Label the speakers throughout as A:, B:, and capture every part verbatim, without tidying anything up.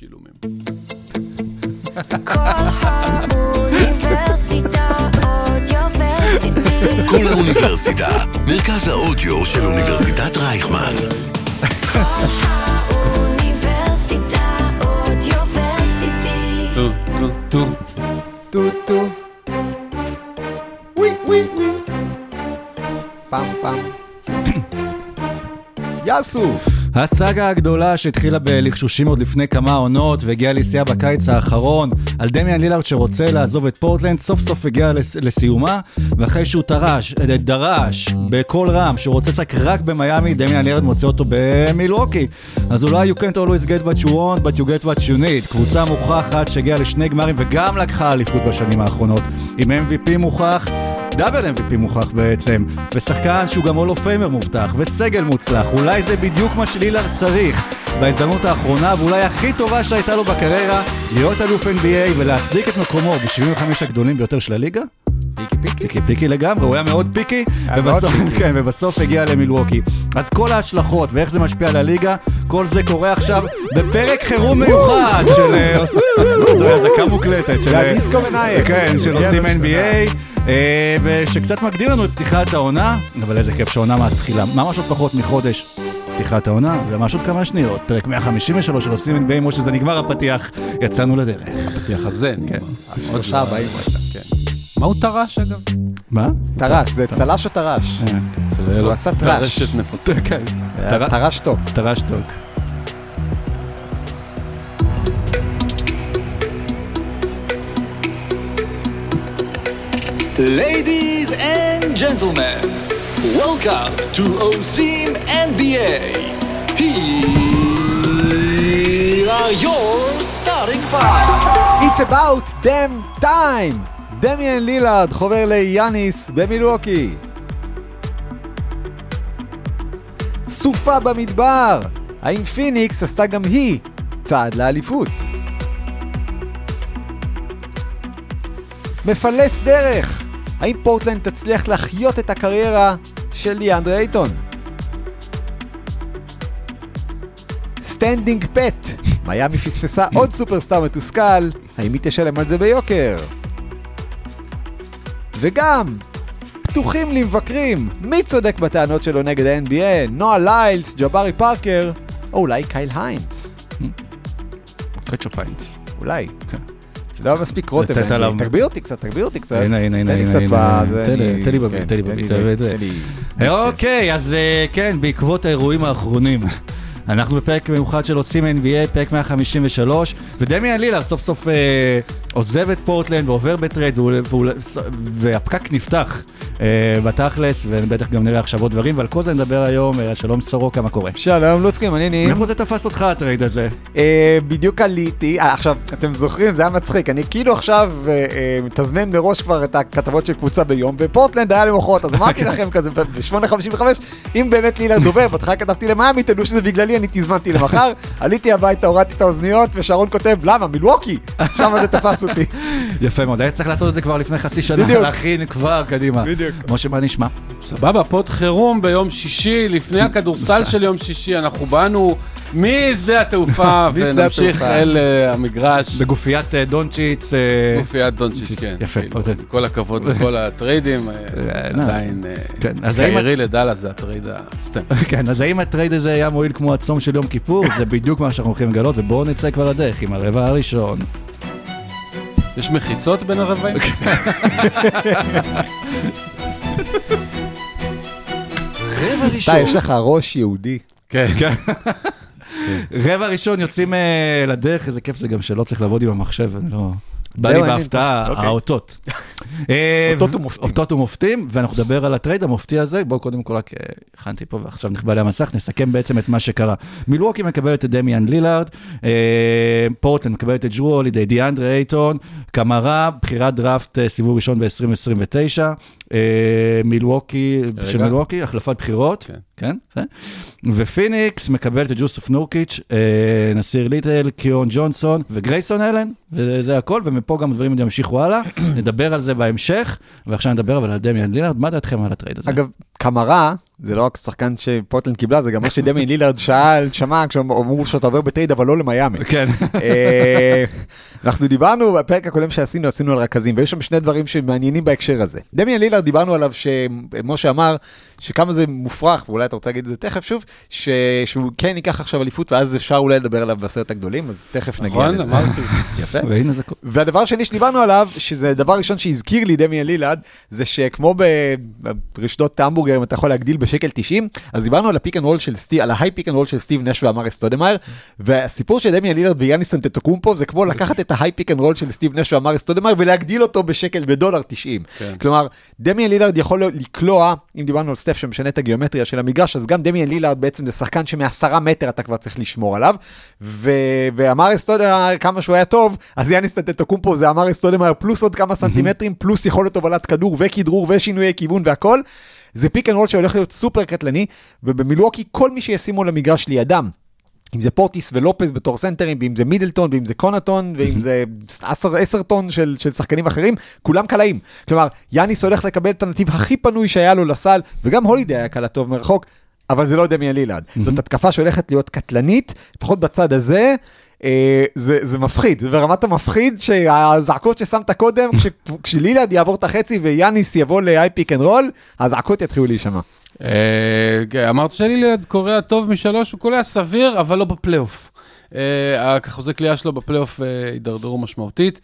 A: שילומים.
B: כל האוניברסיטה אודיוורסיטי.
C: כל האוניברסיטה, מרכז האודיו של אוניברסיטת רייכמן.
B: כל האוניברסיטה אודיוורסיטי.
A: טו, טו, טו.
D: טו טו. ווי ווי ווי. פם פם. יאסו.
E: הסאגה הגדולה שהתחילה בלחשושים עוד לפני כמה עונות והגיעה לסיעה בקיץ האחרון על דמיאן לילארד שרוצה לעזוב את פורטלנד, סוף סוף הגיע לס... לסיומה, ואחרי שהוא תרש, דרש בכל רם שהוא רוצה לשחק רק במיימי, דמיאן לילארד מוצא אותו במילווקי. אז אולי you can't always get what you want but you get what you need. קבוצה מוכחת שהגיעה לשני גמרים וגם לקחה אליפות בשנים האחרונות עם אם וי פי מוכח, דאבל אם וי פי מוכח בעצם, ושחקן שהוא גם הול אוף פיימר מובטח, וסגל מוצלח. אולי זה בדיוק מה שלילארד צריך בהזדמנות האחרונה, ואולי הכי טובה שהייתה לו בקריירה, להיות אלוף אן בי איי ולהצדיק את מקומו ב-שבעים וחמש הגדולים ביותר של הליגה.
D: פיקי פיקי.
E: פיקי פיקי לגמרי, הוא היה מאוד פיקי, ובסוף, כן, ובסוף הגיע למילווקי. אז כל ההשלכות ואיך זה משפיע על הליגה, כל זה קורה עכשיו בפרק חירום מיוחד של... זו הזקה מוקלטת של...
D: הדיסקו ונייק.
E: כן, של עושים אן בי איי. ושקצת מקדים לנו את פתיחת העונה, אבל איזה כיף שהעונה מתחילה, ממש עוד פחות מחודש פתיחת העונה, וממש עוד כמה שניות, פרק מאה חמישים ושלוש של עושים אן בי איי, כמו שזה נגמר הפתיח, יצאנו לדרך.
A: הפתיח הזה,
E: כן.
A: עוד שעה הבאים. מה הוא תרש אגב?
E: מה?
D: תרש, זה צלש או תרש? הוא עשה תרש.
A: תרשת נפוצה.
D: תרש טוק.
E: תרש טוק.
C: Ladies and gentlemen, welcome to Osim אן בי איי. Here are your starting five.
D: It's about damn time. דמיאן לילארד חובר ליאניס במילווקי. סופה במדבר. האם פיניקס עשתה גם היא צעד לאליפות? מפלס דרך. האם פורטלנד תצליח לחיות את הקריירה של ליאנדרה אייטון? סטנדינג פט. מיימי פספסה עוד סופרסטאר מתוסכל. האם היא תשלם על זה ביוקר? וגם פתוחים למבקרים. מי צודק בטענות שלו נגד ה-אן בי איי? נועה ליילס, ג'בארי פארקר, או אולי קייל היינץ?
E: קצ'ופ היינץ.
D: אולי. לא מספיק רוטב. תגביר אותי קצת, תגביר אותי קצת.
E: הנה, הנה, הנה, הנה. תן לי בבי, תן לי בבי, תן לי. אוקיי, אז כן, בעקבות האירועים האחרונים, אנחנו בפרק מיוחד של עושים אן בי איי, פרק מאה חמישים ושלוש, ודמיאן לילארד סוף סוף אה, עוזב את פורטלנד ועובר בטרייד, והפקק נפתח אה, בתכלס, ובטח גם נראה עכשיו עוד דברים, ועל כל זה נדבר היום. אה, שלום סורוקה, מה קורה?
D: שלום לוצקים, מעניינים.
E: איפה זה תפס אותך הטרייד הזה?
D: אה, בדיוק עליתי, אה, עכשיו, אתם זוכרים, זה היה מצחיק, אני כאילו עכשיו אה, אה, מתזמן מראש כבר את הכתבות של קבוצה ביום, ופורטלנד היה למחרת, אז אמרתי לכם כזה, ב-שמונה חמישים וחמש, אם באמת לילארד דובר, בתחילה כתבתי למיימי, תדעו שזה בגללי, אני תזמנתי למחר, עליתי הביתה, הורדתי את האוזניות, ושרון כותב, למה? מילווקי? שם זה תפס אותי.
E: יפה מאוד, היה צריך לעשות את זה כבר לפני חצי שנה, להכין כבר קדימה. בדיוק. משה, מה נשמע?
A: סבבה, פוד חירום ביום שישי, לפני הכדורסל של יום שישי, אנחנו באנו משדה התעופה ונמשיך אל המגרש.
E: בגופיית דונצ'יץ.
A: גופיית דונצ'יץ, כן.
E: יפה.
A: כל הכבוד לכל הטריידים, עדיין קיירי לדאלאס זה הטרייד הסטם.
E: כן, אז האם הטרייד הזה היה מועיל כמו הצום של יום כיפור? זה בדיוק מה שאנחנו הולכים לגלות, ובואו נצא כבר לדרך עם הרבע הראשון.
A: יש מחיצות בין הרבעים?
C: רבע ראשון.
D: אתה, יש לך ראש יהודי.
E: כן. רבע ראשון יוצאים לדרך, איזה כיף זה גם שלא צריך לעבוד עם המחשב, אני לא... בא לי בהפתעה, האותות.
D: אותות ומופתים.
E: אותות ומופתים, ואנחנו נדבר על הטרייד המופתי הזה. בואו קודם כל רק הכנתי פה, ועכשיו נכבה לי המסך, נסכם בעצם את מה שקרה. מילווקי מקבלת את דמיאן לילארד, פורטלנד מקבלת את ג'רו הולידיי, דיאנדרה אייטון, קמרה, בחירת דראפט סיבוב ראשון ב-עשרים עשרים ותשע, מילווקי, של מילווקי, החלפת בחירות, כן? ופיניקס מקבלת את ג'וסף נורקיץ', נסיר ליטל, קיון ג'ונסון וגרייסון אלן, וזה הכל, ומפה גם הדברים ימשיכו הלאה, נדבר על זה בהמשך, ועכשיו נדבר אבל על דמיאן לילארד. מה דעתכם על הטרייד הזה?
D: אגב, קמרה, זה לא רק שחקן שפורטלנד קיבלה, זה גם מה שדמיין לילארד שאל, שמע, כשאמרו שאתה עובר בטרייד, אבל לא למיימי.
E: כן.
D: אנחנו דיברנו, בפרק הקודם שעשינו, עשינו על רכזים, ויש שם שני דברים שמעניינים בהקשר הזה. דמיין לילארד, דיברנו עליו, שמשה אמר, שכמה זה מופרך, ואולי אתה רוצה להגיד את זה תכף שוב, שהוא כן ייקח עכשיו אליפות, ואז אפשר אולי לדבר עליו בעשרת הגדולים, אז תכף נגיע לזה.
A: נכון, אמרתי.
D: יפה. והדבר השני שדיברנו עליו, שזה דבר ראשון שהזכיר לי דמיין לילארד, זה שכמו ברשתות המבורגר, אם אתה יכול להגדיל בשקל תשעים, אז דיברנו על הפיק אנד רול של סטיב, על ההיי פיק אנד רול של סטיב נש ואמריס סטודמאייר, והסיפור של דמיין לילארד ויאניס אנטטוקומפו, זה כמו לקחת את ההיי פיק אנד רול של סטיב נש ואמריס סטודמאייר, ולהגדיל אותו בשקל, בדולר תשעים. כלומר, דמיין לילארד יכול לקלוע, אם דיברנו על סטף שמשנה את הגיאומטריה של המגרש, אז גם דמיין לילארד בעצם זה שחקן שמעשרה מטר אתה כבר צריך לשמור עליו, ואמריס סטודמאייר, כמה שהוא היה טוב, אז יאניס אנטטוקומפו זה אמריס סטודמאייר פלוס עוד כמה סנטימטרים, פלוס יכולת הובלת כדור וכדרור ושינויי כיוון והכל. זה פיק אנד רול שהולך להיות סופר קטלני, ובמילווקי כל מי שישימו למגרש לידם, אם זה פורטיס ולופס בתור סנטרים, ואם זה מידלטון, ואם זה קונטון, ואם זה עשר טון של, של שחקנים אחרים, כולם קלעים. כלומר, יאניס הולך לקבל את הנתיב הכי פנוי שהיה לו לסל, וגם הולידי היה קלה טוב מרחוק, אבל זה לא דמיין לילארד. זאת התקפה שהולכת להיות קטלנית, לפחות בצד הזה, זה, זה מפחיד, זה ברמת המפחיד שהזעקות ששמת קודם, כש, כשלילארד יעבור את החצי ויאניס יבוא ל-איי פיק אנד רול, הזעקות יתחילו להישמע.
A: אמרת שלילארד קורא טוב משלוש, הוא קורא סביר, אבל לא בפלייאוף. החוזי קליעה שלו בפלייאוף הידרדרו משמעותית.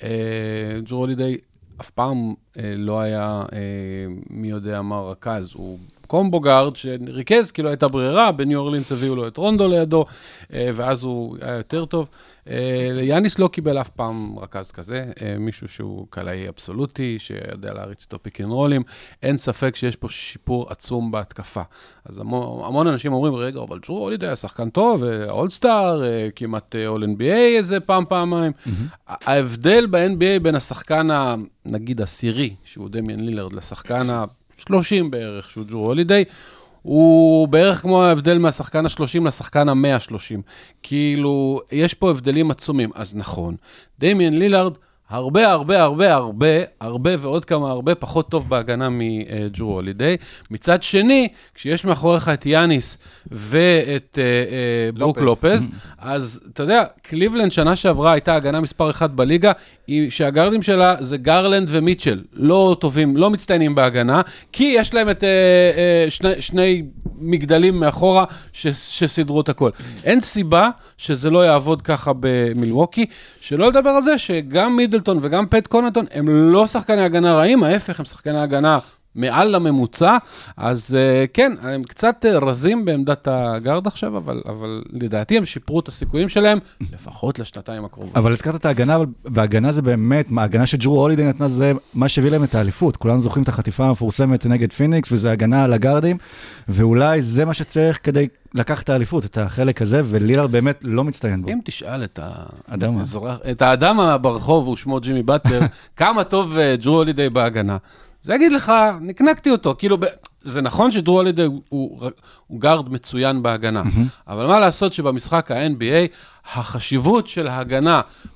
A: ג'רו הולידיי אף פעם לא היה מי יודע מה רכז, הוא קומבו גארד שריכז, כאילו הייתה ברירה, בניו אורלינס הביאו לו את רונדו לידו, ואז הוא היה יותר טוב. יאניס לא קיבל אף פעם רכז כזה, מישהו שהוא קלעי אבסולוטי, שיודע להריץ איתו פיק אנד רולים, אין ספק שיש פה שיפור עצום בהתקפה. אז המון, המון אנשים אומרים, רגע, אבל ג'רו הולידיי היה שחקן טוב, אולסטאר, כמעט אול אן בי איי איזה פעם, פעמיים. ההבדל ב-אן בי איי בין השחקן, נגיד עשירי, שהוא דמיין לילארד, לשחקן ה... שלושים בערך, שהוא ג'רו הולידיי, הוא בערך כמו ההבדל מהשחקן ה-שלושים לשחקן ה-מאה שלושים. כאילו, יש פה הבדלים עצומים. אז נכון, דמיין לילארד, הרבה, הרבה, הרבה, הרבה, הרבה ועוד כמה הרבה פחות טוב בהגנה מג'רו הולידיי. מצד שני, כשיש מאחוריך את יאניס ואת ברוק לופז, אז אתה יודע, קליבלנד שנה שעברה הייתה הגנה מספר אחת בליגה, שהגארדים שלה זה גרלנד ומיטשל, לא טובים, לא מצטיינים בהגנה, כי יש להם את שני, שני מגדלים מאחורה שסידרו את הכל. אין סיבה שזה לא יעבוד ככה במילווקי, שלא לדבר על זה שגם מידלטון וגם פט קונטון הם לא שחקני הגנה רעים, ההפך הם שחקני הגנה מעל לממוצע, אז כן, הם קצת רזים בעמדת הגארד עכשיו, אבל, אבל לדעתי הם שיפרו את הסיכויים שלהם, לפחות לשנתיים הקרובות.
E: אבל הזכרת את ההגנה, וההגנה זה באמת, ההגנה שג'רו הולידיי נתנה זה מה שהביא להם את האליפות, כולנו זוכרים את החטיפה המפורסמת נגד פיניקס, וזה הגנה על הגארדים, ואולי זה מה שצריך כדי לקח את האליפות, את החלק הזה, ולילארד באמת לא מצטיין בו.
A: אם תשאל את האדם, את האדם ברחוב, הוא שמו ג'ימי באטלר, כמה טוב ג'רו הולידיי בהגנה. זה יגיד לך, נקנקתי אותו, כאילו, זה נכון שג'רו הולידיי הוא, הוא גארד מצוין בהגנה, אבל מה לעשות שבמשחק ה-אן בי איי, החשיבות של ההגנה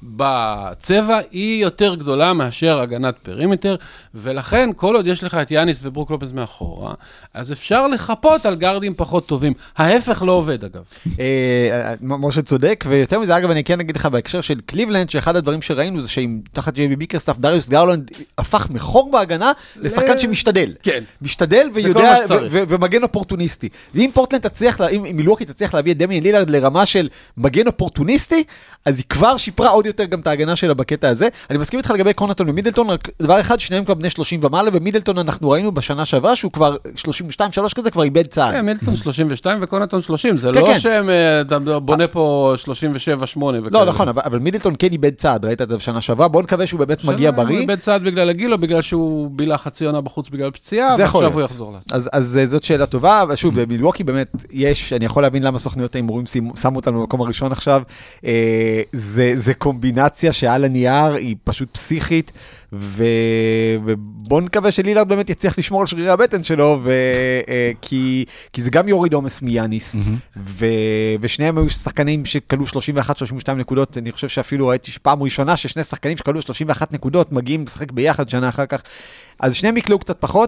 A: בצבע היא יותר גדולה מאשר הגנת פרימטר, ולכן כל עוד יש לך את יאניס וברוק לופז מאחורה, אז אפשר לחפות על גארדים פחות טובים. ההפך לא עובד אגב.
D: משה צודק, ויותר מזה אגב אני כן אגיד לך בהקשר של קליבלנד, שאחד הדברים שראינו זה שאם תחת ג'יי בי ביקרסטאפ, דריוס גרלנד הפך מחור בהגנה לשחקן שמשתדל. כן. משתדל ויודע ומגן אופורטוניסטי. ואם פורטלנד תצליח, אם מילווקי תצליח להביא את דמיין לילארד לרמה של מגן אופורטוניסטי, אז היא כבר שיפרה עוד יותר גם את ההגנה שלה בקטע הזה. אני מסכים איתך לגבי קונטון ומידלטון, רק דבר אחד, שניהם כבר בני שלושים ומעלה, ומידלטון אנחנו ראינו בשנה שעברה, שהוא כבר שלושים ושתיים שלוש כזה, כבר איבד צעד.
A: כן, מידלטון שלושים ושתיים וקונטון שלושים, זה לא שהם בונה פה שלושים ושבע שמונה וכאלה.
D: לא, נכון, אבל מידלטון כן איבד צעד, ראית את זה בשנה שעברה, בוא נקווה שהוא באמת מגיע בריא. הוא
A: איבד צעד בגלל הגיל, או בגלל שהוא בילה חצי עונה בחוץ בגלל פציעה, ועכשיו הוא יחזור לה.
D: אז, אז זאת שאלה טובה, ושוב, במילווקי באמת יש, אני יכול להבין למה סוכנויות ההימורים שמו אותנו במקום הראשון עכשיו. זה, זה קומבינציה שעל הנייר היא פשוט פסיכית, ו, ובוא נקווה שלילארד באמת יצליח לשמור על שרירי הבטן שלו, ו, כי, כי זה גם יוריד עומס מיאניס, ו, ושניהם היו שחקנים שקלו שלושים ואחת שלושים ושתיים נקודות, אני חושב שאפילו ראיתי פעם ראשונה ששני שחקנים שקלו שלושים ואחת נקודות, מגיעים לשחק ביחד שנה אחר כך, אז שניהם יקלעו קצת פחות,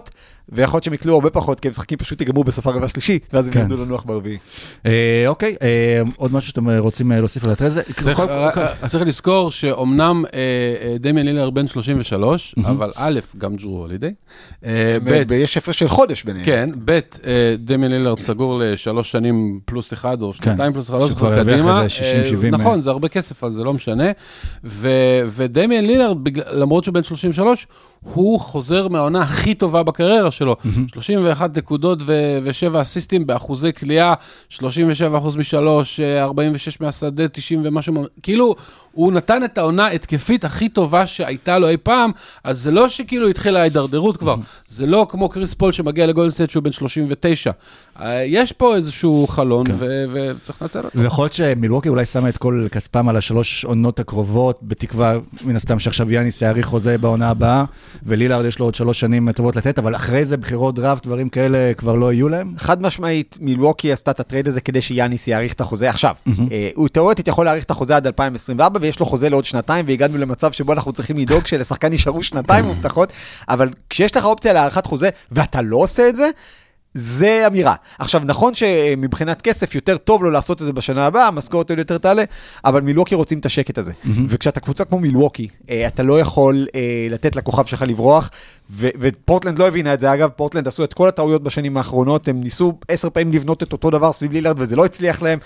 D: ויכול להיות שהם יקלו הרבה פחות, כי הם משחקים פשוט יגמרו בסוף הרבע השלישי, ואז הם
E: כן.
D: ירדו לנוח ברביעי.
E: אה, אוקיי, אה, עוד משהו שאתם רוצים אה, להוסיף על הטרייד הזה?
A: צריך-
E: כל-
A: אה, צריך לזכור שאומנם אה, אה, דמיאן לילארד בן שלושים ושלוש, אבל א', גם ג'רו הולידיי, אה, ב',
D: ויש הפרש של חודש ביניהם.
A: כן, ב', אה, דמיאן לילארד סגור לשלוש שנים פלוס אחד, או שנתיים פלוס אחד, לא
E: שכבר
A: זוכר
E: הרוויח
A: קדימה.
E: איזה שישים שבעים.
A: אה, נכון, זה הרבה כסף, אז זה לא משנה. ו- ודמיאן לילארד, בגלל- למרות שהוא בן שלושים ושלוש, הוא חוזר מהעונה הכי טובה בקריירה שלו. שלושים ואחת נקודות ו- ושבע אסיסטים באחוזי קליעה, שלושים ושבע אחוז משלוש, אה, ארבעים ושש מהשדה, תשעים ומשהו. כאילו, הוא נתן את העונה התקפית הכי טובה שהייתה לו אי פעם, אז זה לא שכאילו התחילה ההידרדרות כבר. זה לא כמו קריס פול שמגיע לגולדן סטייט שהוא בן שלושים ותשע. אה, יש פה איזשהו חלון, ו- וצריך לנצל אותו.
E: ויכול להיות שמילווקי אולי שמה את כל כספם על השלוש עונות הקרובות, בתקווה, מן הסתם שעכשיו יאניס יאריך חוזה בעונה הבאה, ולילארד יש לו עוד שלוש שנים טובות לתת, אבל אחרי זה בחירות דראפט, דברים כאלה כבר לא יהיו להם.
D: חד משמעית, מילווקי עשתה את הטרייד הזה כדי שיאניס יאריך את החוזה עכשיו. אה, הוא תיאורטית יכול להאריך את החוזה עד אלפיים עשרים וארבע, ויש לו חוזה לעוד שנתיים, והגענו למצב שבו אנחנו צריכים לדאוג שלשחקן נשארו שנתיים מובטחות, אבל כשיש לך אופציה להארכת חוזה, ואתה לא עושה את זה, זה אמירה. עכשיו, נכון שמבחינת כסף יותר טוב לו לעשות את זה בשנה הבאה, המשכורת יותר תעלה, אבל מילווקי רוצים את השקט הזה. וכשאתה קבוצה כמו מילווקי, אתה לא יכול לתת לכוכב שלך לברוח, ופורטלנד לא הבינה את זה. אגב, פורטלנד עשו את כל הטעויות בשנים האחרונות, הם ניסו עשר פעמים לבנות את אותו דבר סביב לילארד, וזה לא הצליח להם.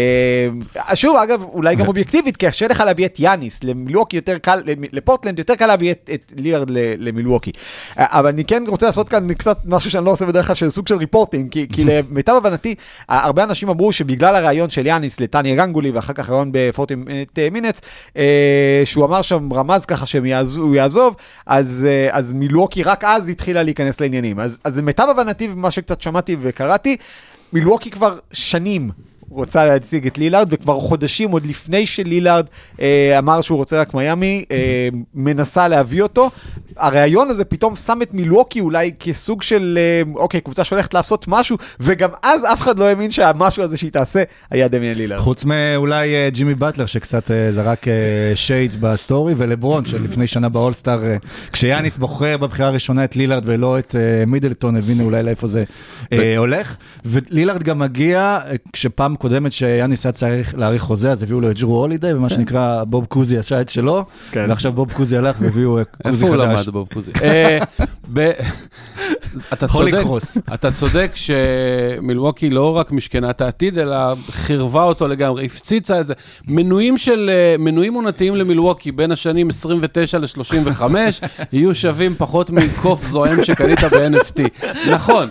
D: שוב, אגב, אולי גם אובייקטיבית, כי קשה לך להביא את יאניס, למילווקי יותר קל, לפורטלנד יותר קל להביא את לילארד למילווקי. אבל אני כן רוצה לעשות כאן קצת משהו שאני לא עושה בדרך כלל, של סוג של ריפורטינג, כי, כי למיטב הבנתי, הרבה אנשים אמרו שבגלל הרעיון של יאניס לטניה גנגולי, ואחר כך הרעיון ב-ארבעים מינטס, שהוא אמר שם רמז ככה שהוא יעזוב, אז, אז מילווקי רק אז התחילה להיכנס לעניינים. אז, אז למיטב הבנתי, ומה שקצת שמעתי וקראתי, מילווקי כבר שנים רוצה להציג את לילארד, וכבר חודשים עוד לפני שלילארד אה, אמר שהוא רוצה רק מיימי, אה, מנסה להביא אותו. הרעיון הזה פתאום שם את מילווקי אולי כסוג של, אה, אוקיי, קבוצה שהולכת לעשות משהו, וגם אז אף אחד לא האמין שהמשהו הזה שהיא תעשה היה דמיאן לילארד.
E: חוץ מאולי אה, ג'ימי באטלר שקצת אה, זרק אה, שיידס בסטורי, ולברון שלפני שנה באולסטאר, אה, כשיאניס בוחר בבחירה הראשונה את לילארד ולא את אה, מידלטון, הבינו אולי לאיפה זה אה, הולך. ולילארד גם מגיע, אה, כשפעם קודמת שיאניס היה צריך להאריך חוזה, אז הביאו לו את ג'רו הולידיי, ומה שנקרא בוב קוזי עשה את שלו, ועכשיו בוב קוזי הלך והביאו קוזי
A: איפה הוא
E: חדש.
A: למד בוב קוזי? אה, ב- אתה צודק,
E: הוליקרוס.
A: אתה צודק שמילווקי לא רק משכנת העתיד, אלא חירבה אותו לגמרי, הפציצה את זה. מנויים של, אה, מנויים עונתיים למילווקי בין השנים עשרים ותשע ל-שלושים וחמש, יהיו שווים פחות מקוף זוהם שקנית ב-אן אף טי. נכון,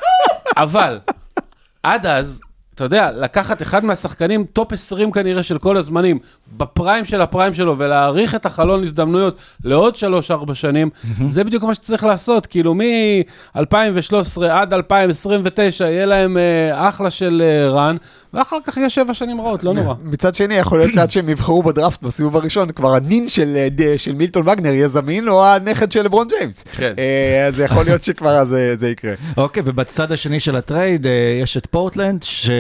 A: אבל עד אז, אתה יודע, לקחת אחד מהשחקנים, טופ עשרים כנראה של כל הזמנים, בפריים של הפריים שלו, ולהאריך את החלון להזדמנויות לעוד שלוש ארבע שנים, זה בדיוק מה שצריך לעשות. כאילו, מ-אלפיים ושלוש עשרה עד אלפיים עשרים ותשע, יהיה להם אה, אחלה של אה, רן, ואחר כך יהיה שבע שנים רעות, לא נורא.
D: מצד שני, יכול להיות שעד שהם יבחרו בדראפט בסיבוב הראשון, כבר הנין של, של מילטון וגנר יהיה זמין, או הנכד של לברון ג'יימס.
A: כן.
D: אה, אז יכול להיות שכבר זה, זה יקרה.
E: אוקיי, ובצד השני של הטרייד אה, יש את פורטלנד,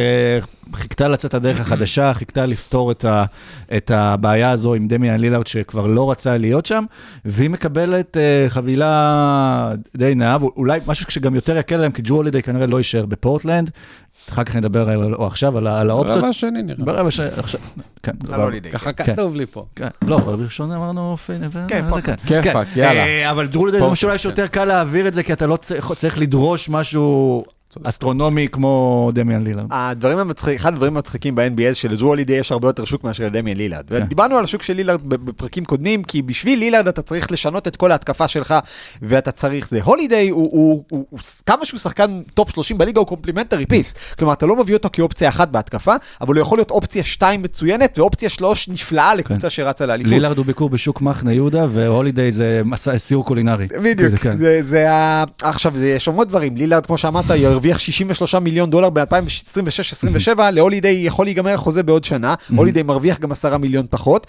E: שחיכתה לצאת הדרך החדשה, חיכתה לפתור את, ה, את הבעיה הזו עם דמיאן לילארד, שכבר לא רצה להיות שם, והיא מקבלת אה, חבילה די נאה, אולי משהו שגם יותר יקל להם, כי ג'רו הולידיי כנראה לא יישאר בפורטלנד, אחר כך נדבר או עכשיו על, על האופציות.
A: ברבע השני נראה.
E: ברבע השני, עכשיו, כן.
D: על הולידיי.
A: ככה
E: כן.
A: כתוב לי פה.
E: כן, לא, אבל ראשון אמרנו,
D: כן, פורטלנד.
A: כיפק, יאללה.
E: אה, אבל ג'רו הולידיי זה משהו אולי שיותר קל להעביר את זה, כי אתה לא צריך, צריך לדרוש משהו אסטרונומי כמו דמיאן לילארד.
D: הדברים המצחיקים, אחד הדברים המצחיקים ב-אן בי איי של ג'רו הולידיי יש הרבה יותר שוק מאשר דמיאן לילארד. ודיברנו על השוק של לילארד בפרקים קודמים, כי בשביל לילארד אתה צריך לשנות את כל ההתקפה שלך, ואתה צריך זה. הולידיי הוא כמה שהוא שחקן טופ שלושים בליגה, הוא קומפלימנטרי פיס. כלומר, אתה לא מביא אותו כאופציה אחת בהתקפה, אבל הוא יכול להיות אופציה שתיים מצוינת, ואופציה שלוש נפלאה לקבוצה שרצה לאליפות.
E: לילארד הוא ביקור בשוק מחנה יהודה, והולידיי זה סיור קולינרי.
D: בדיוק. זה, זה, עכשיו, יש המון דברים. לילארד, כמו שאמרת, מרוויח שישים ושלושה מיליון דולר ב-אלפיים עשרים ושש עשרים ושבע, להולידיי יכול להיגמר החוזה בעוד שנה, הולידיי מרוויח גם עשרה מיליון פחות,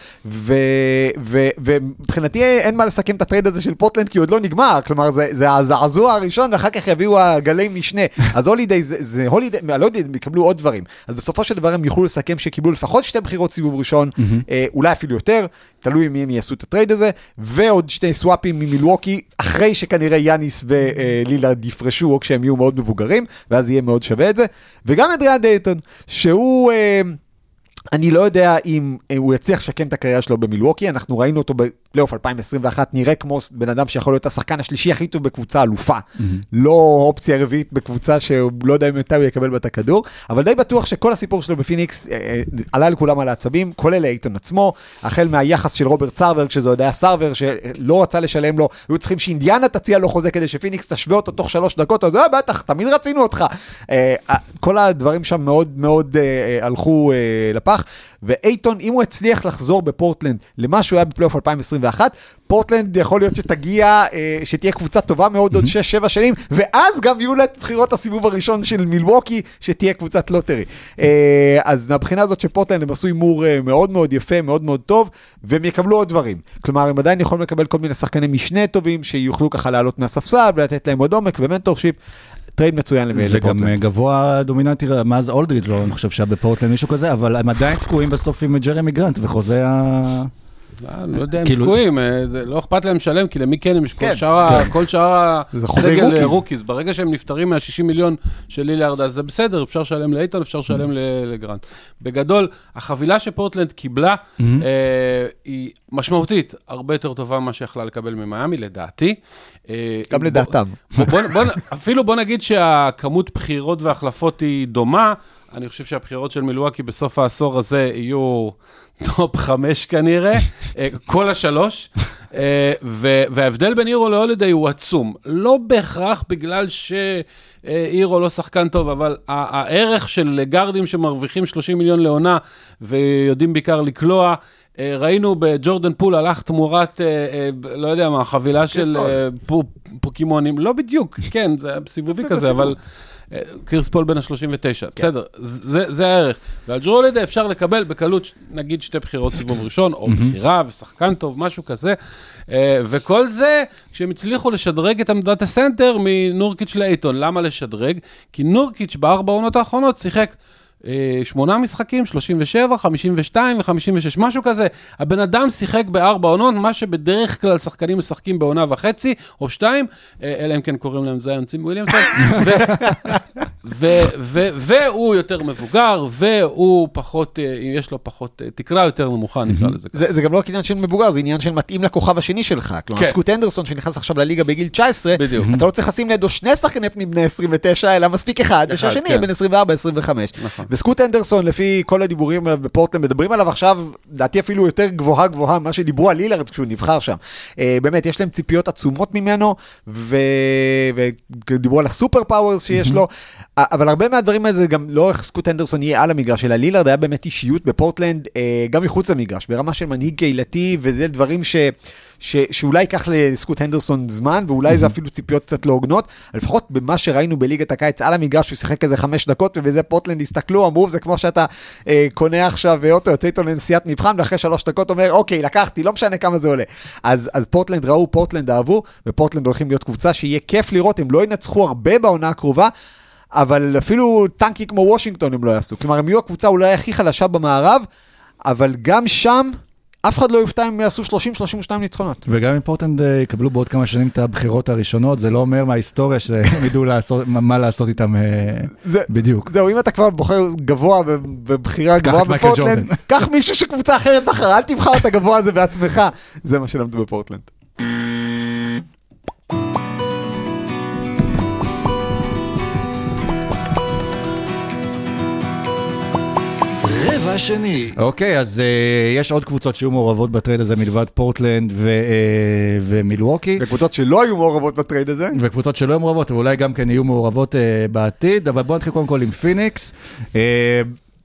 D: ומבחינתי אין מה לסכם את הטרייד הזה של פורטלנד, כי הוא עוד לא נגמר, כלומר זה הזעזוע הראשון, ואחר כך יביאו הגלי משנה, אז הולידיי זה הולידיי, הולידיי יקבלו עוד דברים, אז בסופו של דבר הם יוכלו לסכם שקיבלו לפחות שתי בחירות סיבוב ראשון, אולי אפילו יותר, תלוי מי הם יעשו את הטרייד הזה, ועוד שתי סוואפים ממילווקי, אחרי שכנראה יאניס ולילארד יפרשו, או כשהם יהיו מאוד מבוגרים, ואז יהיה מאוד שווה את זה, וגם את ריאן דייטון, שהוא, אני לא יודע אם הוא יצליח לשקם את הקריירה שלו במילווקי, אנחנו ראינו אותו בפלייאוף אלפיים עשרים ואחת, נראה כמו בן אדם שיכול להיות השחקן השלישי הכי טוב בקבוצה אלופה, לא אופציה רביעית בקבוצה שהוא לא יודע מתי הוא יקבל בת הכדור, אבל די בטוח שכל הסיפור שלו בפיניקס עלה לכולם על העצבים, כולל לאייטון עצמו, החל מהיחס של רוברט סרבר, כשזה עוד היה סרבר שלא רצה לשלם לו, היו צריכים שאינדיאנה תציע לו חוזה כדי שפיניקס תשווה אותו תוך שלוש דקות, אז אה, בטח, תמיד רצינו אותך. כל הדברים שם מאוד מאוד הלכו לפח, ואייטון, אם הוא הצליח לחזור בפורטלנד למה שהוא היה בפלייאוף אלפיים עשרים ואחת, פורטלנד יכול להיות שתגיע, שתהיה קבוצה טובה מאוד עוד שש שבע שנים, ואז גם יהיו לה את בחירות הסיבוב הראשון של מילווקי, שתהיה קבוצת לוטרי. אז מהבחינה הזאת שפורטלנד הם עשו אימור מאוד מאוד יפה, מאוד מאוד טוב, והם יקבלו עוד דברים. כלומר, הם עדיין יכולים לקבל כל מיני שחקני משנה טובים, שיוכלו ככה לעלות מהספסל, ולתת להם עוד עומק ומנטורשיפ. טרייד מצוין לפורטלנד. זה
E: גם גבוה דומיננטי, מאז אולדריץ' לא, אני חושב שהיה בפורטלנד מישהו כזה, אבל הם עדיין תקועים בסוף עם ג'רמי גרנט, וחוזה ה...
A: לא יודע, הם תקועים, לא אכפת להם שלם, כי למי כן הם יש כל שאר הסגל רוקיז, ברגע שהם נפטרים מה-שישים מיליון של לילארד, אז זה בסדר, אפשר לשלם לאייטון, אפשר לשלם לגרנט. בגדול, החבילה שפורטלנד קיבלה, היא משמעותית, הרבה יותר טובה ממה שיכלה לקבל ממיימי, לדעתי.
D: גם לדעתם.
A: אפילו בוא נגיד שהכמות בחירות והחלפות היא דומה, אני חושב שהבחירות של מילווקי בסוף העשור הזה יהיו טופ חמש כנראה, כל השלוש, וההבדל בין אירו להולידיי הוא עצום. לא בהכרח בגלל שאירו לא שחקן טוב, אבל הערך של גארדים שמרוויחים שלושים מיליון לעונה, ויודעים בעיקר לקלוע, ראינו בג'ורדן פול הלך תמורת, לא יודע מה, חבילה של פוקימונים, לא בדיוק, כן, זה היה סיבובי כזה, אבל... קירס פול בין ה-שלושים ותשע, בסדר, זה הערך. ועל ג'רו הולידיי אפשר לקבל בקלות, נגיד שתי בחירות סיבוב ראשון, או בחירה ושחקן טוב, משהו כזה, וכל זה, כשהם הצליחו לשדרג את עמדת הסנטר מנורקיץ' לאייטון. למה לשדרג? כי נורקיץ' בארבע העונות האחרונות שיחק שמונה משחקים, שלושים ושבע, חמישים ושתיים ו-חמישים ושש, משהו כזה. הבן אדם שיחק בארבע עונות, מה שבדרך כלל שחקנים משחקים בעונה וחצי, או שתיים, אלא אם כן קוראים להם זיון צים וויליאמסון, והוא יותר מבוגר, והוא פחות, יש לו פחות, תקרה יותר נמוכה, נקרא לזה.
D: זה גם לא עניין של מבוגר, זה עניין של מתאים לכוכב השני שלך. כלומר, סקוט אנדרסון שנכנס עכשיו לליגה בגיל תשע עשרה, אתה לא צריך לשים לידו שני שחקני פנים בני עשרים ותשע, אלא מספיק אחד, ושהשני בין עשרים וארבע עשרים וחמש. וסקוט אנדרסון, לפי כל הדיבורים בפורטלנד, מדברים עליו עכשיו, דעתי אפילו יותר גבוהה גבוהה, מה שדיברו על לילארד כשהוא נבחר שם. באמת, יש להם ציפיות עצומות ממנו, ודיברו על הסופר פאוורס שיש לו, אבל הרבה מהדברים הזה, גם לא איך סקוט אנדרסון יהיה על המגרש, אלא לילארד היה באמת אישיות בפורטלנד, גם מחוץ למגרש, ברמה של מנהיג קהילתי, וזה דברים ש... ש... שאולי ייקח לסקוט הנדרסון זמן, ואולי זה אפילו ציפיות קצת לא הוגנות, לפחות במה שראינו בליגת הקיץ על המגרש, הוא שיחק איזה חמש דקות, ובזה פורטלנד הסתכלו, אמרו, זה כמו שאתה אה, קונה עכשיו, ואוטו יוצא איתו לנסיעת מבחן, ואחרי שלוש דקות אומר, אוקיי, לקחתי, לא משנה כמה זה עולה. אז, אז פורטלנד ראו, פורטלנד אהבו, ופורטלנד הולכים להיות קבוצה שיהיה כיף לראות, הם לא ינצחו הרבה בעונה הקרובה, אבל אפילו טנקי כמו וושינגטון הם לא יעשו. כלומר, הם יהיו הקבוצה אולי הכי חלשה במערב, אבל גם שם אף אחד לא יופתע אם יעשו שלושים שלושים ושתיים ניצחונות.
E: וגם אם פורטלנד יקבלו בעוד כמה שנים את הבחירות הראשונות, זה לא אומר מההיסטוריה שהם ידעו מה לעשות איתם בדיוק.
D: זהו, אם אתה כבר בוחר גבוה בבחירה גבוהה בפורטלנד, קח מישהו שקבוצה אחרת בחר, אל תבחר את הגבוה הזה בעצמך. זה מה שלמדו בפורטלנד.
C: רבע שני.
E: אוקיי, אז uh, יש עוד קבוצות שיהיו מעורבות בטרייד הזה מלבד פורטלנד ו- uh, ומילווקי.
D: וקבוצות שלא היו מעורבות בטרייד הזה.
E: וקבוצות שלא היו מעורבות, ואולי גם כן יהיו מעורבות uh, בעתיד, אבל בואו נתחיל קודם כל עם פיניקס. Uh,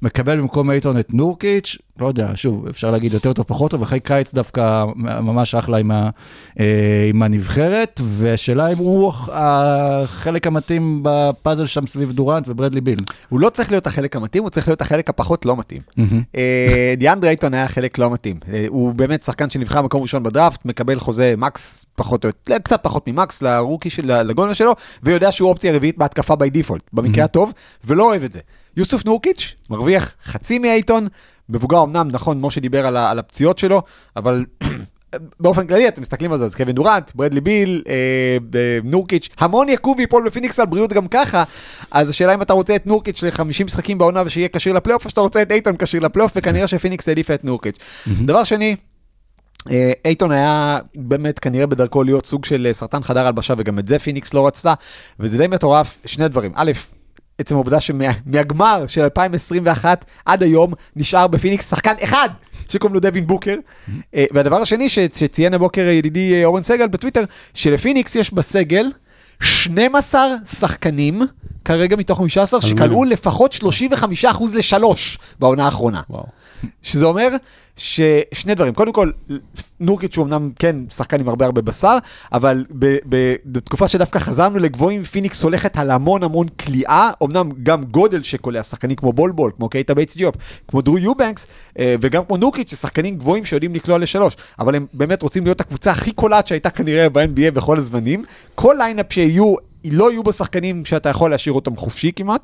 E: מקבל במקום אייטון את נורקיץ', לא יודע, שוב, אפשר להגיד יותר טוב, פחות טוב, אחרי קיץ דווקא ממש אחלה עם, ה, עם הנבחרת, והשאלה אם הוא החלק המתאים בפאזל שם סביב דורנט וברדלי ביל.
D: הוא לא צריך להיות החלק המתאים, הוא צריך להיות החלק הפחות לא מתאים. דיאנדרי אייטון היה חלק לא מתאים. הוא באמת שחקן שנבחר מקום ראשון בדראפט, מקבל חוזה מקס פחות או יותר, קצת פחות ממקס לרוקי, לגולר שלו, ויודע שהוא אופציה רביעית בהתקפה בי דיפולט, במקרה הטוב, ולא אוהב את זה. יוסוף נורקיץ' מרוויח חצי מאייטון, מבוגר אמנם, נכון, משה דיבר על, על הפציעות שלו, אבל באופן כללי, אתם מסתכלים על זה, אז קווין דורנט, ברדלי ביל, אה, אה, נורקיץ', המון יקום ויפול בפיניקס על בריאות גם ככה, אז השאלה אם אתה רוצה את נורקיץ' ל-חמישים משחקים בעונה ושיהיה קשיר לפלייאוף, או שאתה רוצה את אייטון קשיר לפלייאוף, וכנראה שפיניקס העדיפה את נורקיץ'. דבר שני, אייטון היה באמת כנראה בדרכו להיות סוג של סרטן חדר הלבשה, וגם את זה פיניקס לא רצתה, וזה די מטורף, שני דברים. א', עצם העובדה שמהגמר של אלפיים עשרים ואחת עד היום נשאר בפיניקס שחקן אחד שקוראים לו דווין בוקר. והדבר השני שציין הבוקר ידידי אורן סגל בטוויטר, שלפיניקס יש בסגל שנים עשר שחקנים, כרגע מתוך חמישה עשר, שקלעו לפחות שלושים וחמישה אחוז לשלוש בעונה האחרונה. וואו. שזה אומר ששני דברים. קודם כל, נורקיץ' הוא אמנם כן שחקן עם הרבה הרבה בשר, אבל בתקופה שדווקא חזרנו לגבוהים, פיניקס הולכת על המון המון קליעה, אמנם גם גודל שקולע, שחקנים כמו בול בול, כמו קייטה בייטס דיופ, כמו דרו יובנקס, וגם כמו נורקיץ', ששחקנים גבוהים שיודעים לקלוע לשלוש, אבל הם באמת רוצים להיות הקבוצה הכי קולעת שהייתה כנראה ב-אן בי איי בכל הזמנים. כל ליינאפ שיהיו, לא יהיו בו שחקנים שאתה יכול להשאיר אותם חופשי כמעט,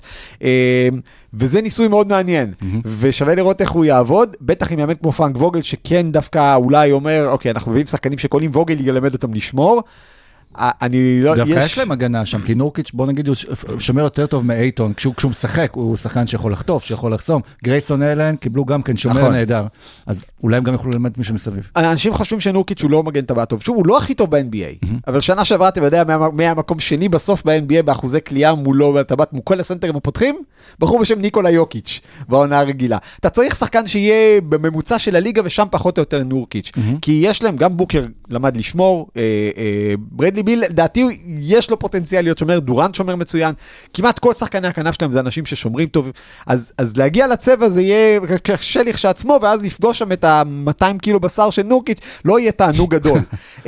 D: וזה ניסוי מאוד מעניין, ושווה לראות איך הוא יעבוד, בטח עם יאמן כמו פרנק ווגל, שכן דווקא אולי אומר, אוקיי, אנחנו מביאים שחקנים שקולים, ווגל ילמד אותם לשמור, אני לא...
E: דווקא יש להם הגנה שם, כי נורקיץ' בוא נגיד, הוא שומר יותר טוב מאייטון, כשהוא משחק, הוא שחקן שיכול לחטוף, שיכול לחסום, גרייסון אלן קיבלו גם כן שומר נהדר, אז אולי הם גם יכולו ללמד מישהו מסביב.
D: אנשים חושבים שנורקיץ' הוא לא מגן טבעה טוב, שוב, הוא לא הכי טוב ב-אן בי איי, אבל שנה שעברה, אתה יודע, מהמקום שני בסוף ב-אן בי איי, באחוזי קליעה מולו בטבעת, מכל הסנטרים הפותחים, בחור בשם ניקולה יוקיץ' בעונה הרגילה. אתה צריך שחקן שיהיה בממוצע של הליגה, ושם פחות או יותר נורקיץ', כי יש להם גם בוקר למד לשמור, ברדלי ביל, לדעתי יש לו פוטנציאל להיות שומר, דורנט שומר מצוין, כמעט כל שחקני הכנף שלהם זה אנשים ששומרים טוב, אז, אז להגיע לצבע זה יהיה קשה לכשעצמו, ואז לפגוש שם את ה-מאתיים קילו בשר של נורקיץ', לא יהיה תענוג גדול.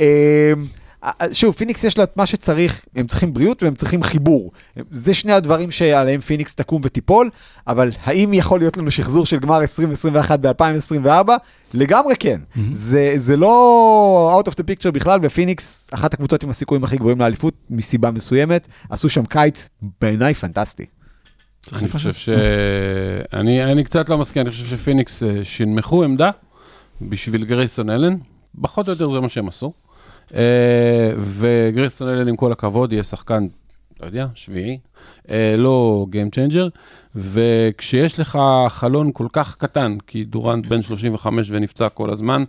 D: שוב, פיניקס יש לה את מה שצריך, הם צריכים בריאות והם צריכים חיבור. זה שני הדברים שעליהם פיניקס תקום ותיפול, אבל האם יכול להיות לנו שחזור של גמר עשרים עשרים ואחת ב-אלפיים עשרים וארבע? לגמרי כן. זה, זה לא out of the picture בכלל, בפיניקס, אחת הקבוצות עם הסיכויים הכי גבוהים לאליפות, מסיבה מסוימת, עשו שם קיץ בעיניי פנטסטי.
A: אני חושב ש... אני, אני קצת לא מסכים, אני חושב שפיניקס שינמכו עמדה בשביל גרייסון אלן, פחות או יותר זה מה שהם עשו. וגרייסון אלן עם כל הכבוד יהיה שחקן, לא יודע, שביעי, לא גיים צ'יינג'ר, וכשיש לך חלון כל כך קטן, כי דורנט בן שלושים וחמש ונפצע כל הזמן,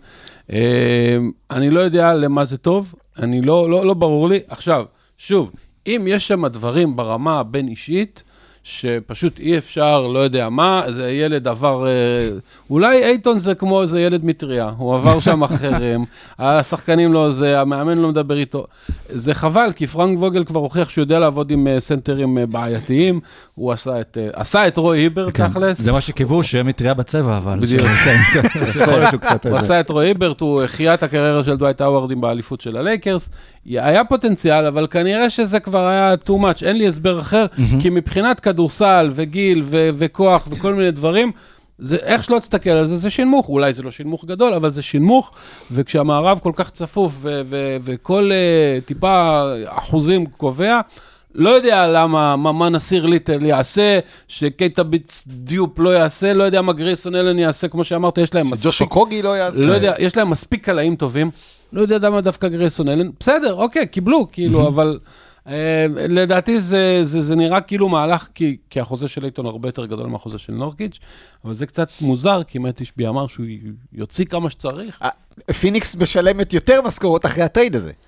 A: אני לא יודע למה זה טוב, אני לא, לא, לא ברור לי. עכשיו, שוב, אם יש שם דברים ברמה הבין אישית, שפשוט אי אפשר, לא יודע מה, זה ילד עבר, אולי אייטון זה כמו איזה ילד מטריה, הוא עבר שם אחרים, השחקנים לא זה, המאמן לא מדבר איתו, זה חבל, כי פרנק ווגל כבר הוכיח שהוא יודע לעבוד עם סנטרים בעייתיים, הוא עשה את, עשה את רוי היברט, תכלס.
E: זה מה שקיוו, שיהיה מטריה בצבע, אבל...
A: בדיוק. הוא עשה את רוי היברט, הוא החיה את הקריירה של דווייט האווארד באליפות של הלייקרס, היה פוטנציאל, אבל כנראה שזה כבר היה too much, אין לי הסבר אחר, כי מבחינת כדורסל וגיל ו- וכוח וכל מיני דברים, זה, איך שלא תסתכל על זה, זה שינמוך, אולי זה לא שינמוך גדול, אבל זה שינמוך, וכשהמערב כל כך צפוף ו- ו- וכל uh, טיפה אחוזים קובע, לא יודע למה, מה, מה נסיר ליטל יעשה, שקייטה ביטס דיופ לא יעשה, לא יודע מה גרייסון אלן יעשה, כמו שאמרת, יש להם מספיק...
D: שג'ושו קוגי לא יעשה.
A: לא יודע, יש להם מספיק קלעים טובים, לא יודע למה דווקא גרייסון אלן, בסדר, אוקיי, קיבלו, כאילו, אבל... לדעתי זה, זה, זה נראה כאילו מהלך, כי, כי החוזה של אייטון הרבה יותר גדול מהחוזה של נורקיץ', אבל זה קצת מוזר, כי מאט אישבי אמר שהוא יוציא כמה שצריך.
D: פיניקס משלמת יותר משכורות אחרי הטרייד הזה.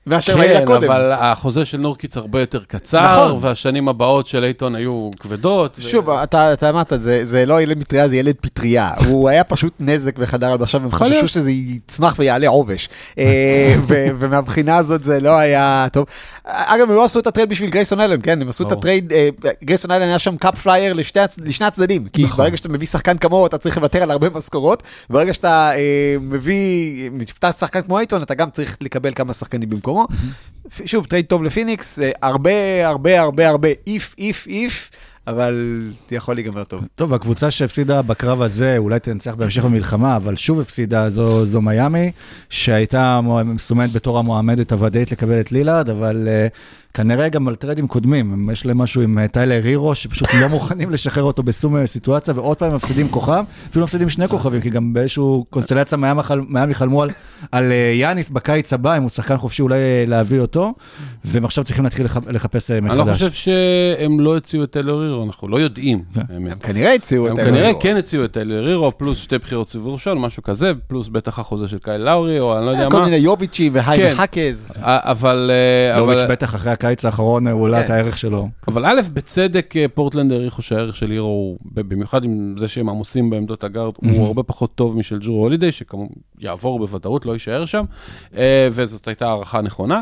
D: מאשר מה היה
A: כן,
D: קודם.
A: אבל החוזה של נורקיץ הרבה יותר קצר,
D: נכון.
A: והשנים הבאות של אייטון היו כבדות.
D: שוב, אתה אתה אמרת, זה זה לא ילד מטריה, זה ילד פטריה. הוא היה פשוט נזק בחדר הלבשה, והם חששו
A: להיות.
D: שזה יצמח ויעלה עובש. אה, ו- ומהבחינה הזאת זה לא היה טוב. אגב, הם לא עשו את הטרייד בשביל גרייסון אלן, כן? הם עשו את
A: ברור.
D: הטרייד, אה, גרייסון אלן היה שם קאפ פלייר לשתי הצ- לשני הצדדים, כי ברגע שאתה מביא שחקן כמוהו, אתה צריך לוותר על הרבה משכורות, ברגע שאתה אה, מביא, מפתח שחקן כמו אייטון, אתה גם צריך לקבל כמה שחקנים במקומו. שוב, טרייד טוב לפיניקס, אה, הרבה, הרבה, הרבה, הרבה, איף, איף, איף, אבל זה יכול להיגמר טוב.
E: טוב, הקבוצה שהפסידה בקרב הזה, אולי תנצח בהמשך במלחמה, אבל שוב הפסידה, זו, זו מיאמי, שהייתה מסומנת בתור המועמדת הוודאית לקבל את לילארד, אבל uh, כנראה גם על טריידים קודמים, יש להם משהו עם טיילר הירו, שפשוט לא מוכנים לשחרר אותו בשום סיטואציה, ועוד פעם מפסידים כוכב, אפילו מפסידים שני כוכבים, כי גם באיזשהו קונסטלציה מיאמי חלמו על, על יאניס בקיץ הבא, אם הוא שחקן חופשי אולי להביא אותו, והם עכשיו צריכים להתחיל לח, לחפש מחדש.
A: אני לא חושב שהם לא הציעו את טיילר הירו, אנחנו לא יודעים.
D: הם כנראה הציעו את
A: הם
D: טיילר
A: כנראה
D: הירו.
A: כן הציעו את טיילר הירו, פלוס שתי בחירות סיבוב ראשון, משהו כזה, פלוס בטח החוזה של קייל לאורי, או אני לא יודע
D: כל
A: מה.
D: מיני יוביצ'י והיימר
A: כן.
D: חקז.
A: אבל...
E: יוביץ'
A: אבל-
E: בטח אחרי הקיץ האחרון, הוא העלה את הערך שלו.
A: אבל א', בצדק פורטלנד העריכו שהערך של הירו, הוא, במיוחד עם זה שהם עמוסים בעמדות הגארד, הוא הרבה פחות טוב משל ג'רו הולידיי, שכמובן יעבור בוודאות, לא יישאר שם, אה, וזאת הייתה הערכה נכונה.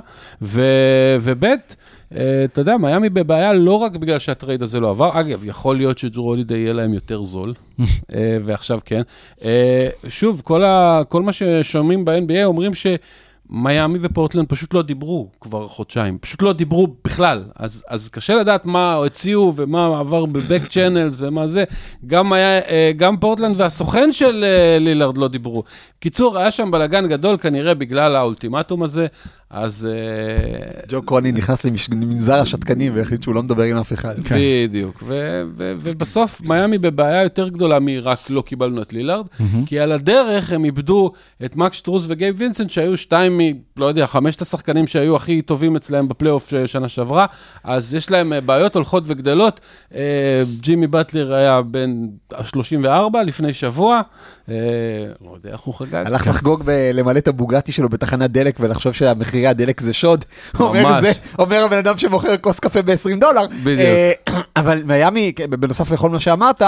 A: ו- וב', אה, אתה יודע, מיאמי בבעיה לא רק בגלל שהטרייד הזה לא עבר, אגב, יכול להיות שג'רו הולידיי יהיה להם יותר זול, אה, ועכשיו כן. אה, שוב, כל, ה- כל מה ששומעים ב-אן בי איי אומרים ש... מיאמי ופורטלנד פשוט לא דיברו כבר חודשיים, פשוט לא דיברו בכלל, אז, אז קשה לדעת מה הציעו ומה עבר בבק צ'אנלס ומה זה, גם, היה, גם פורטלנד והסוכן של לילארד לא דיברו. קיצור, היה שם בלגן גדול כנראה בגלל האולטימטום הזה, אז...
D: ג'ו קרוני נכנס למנזר השתקנים והחליט שהוא לא מדבר עם אף אחד.
A: בדיוק, ו- ו- ובסוף מיאמי בבעיה יותר גדולה מרק לא קיבלנו את לילארד, כי על הדרך הם איבדו את מקס שטרוס וגייב וינסנט, שהיו שתיים מ... לא יודע, חמשת השחקנים שהיו הכי טובים אצלהם בפלייאוף שנה שעברה, אז יש להם בעיות הולכות וגדלות. ג'ימי באטלר היה בן שלושים וארבע לפני שבוע, לא יודע איך הוא חגג.
D: הלך לחגוג למלא את הבוגטי שלו בתחנת דלק ולחשוב שהמחירי הדלק זה שוד. אומר הבן אדם שמוכר כוס קפה ב-עשרים דולר.
A: בדיוק.
D: אבל מיאמי, בנוסף לכל מה שאמרת,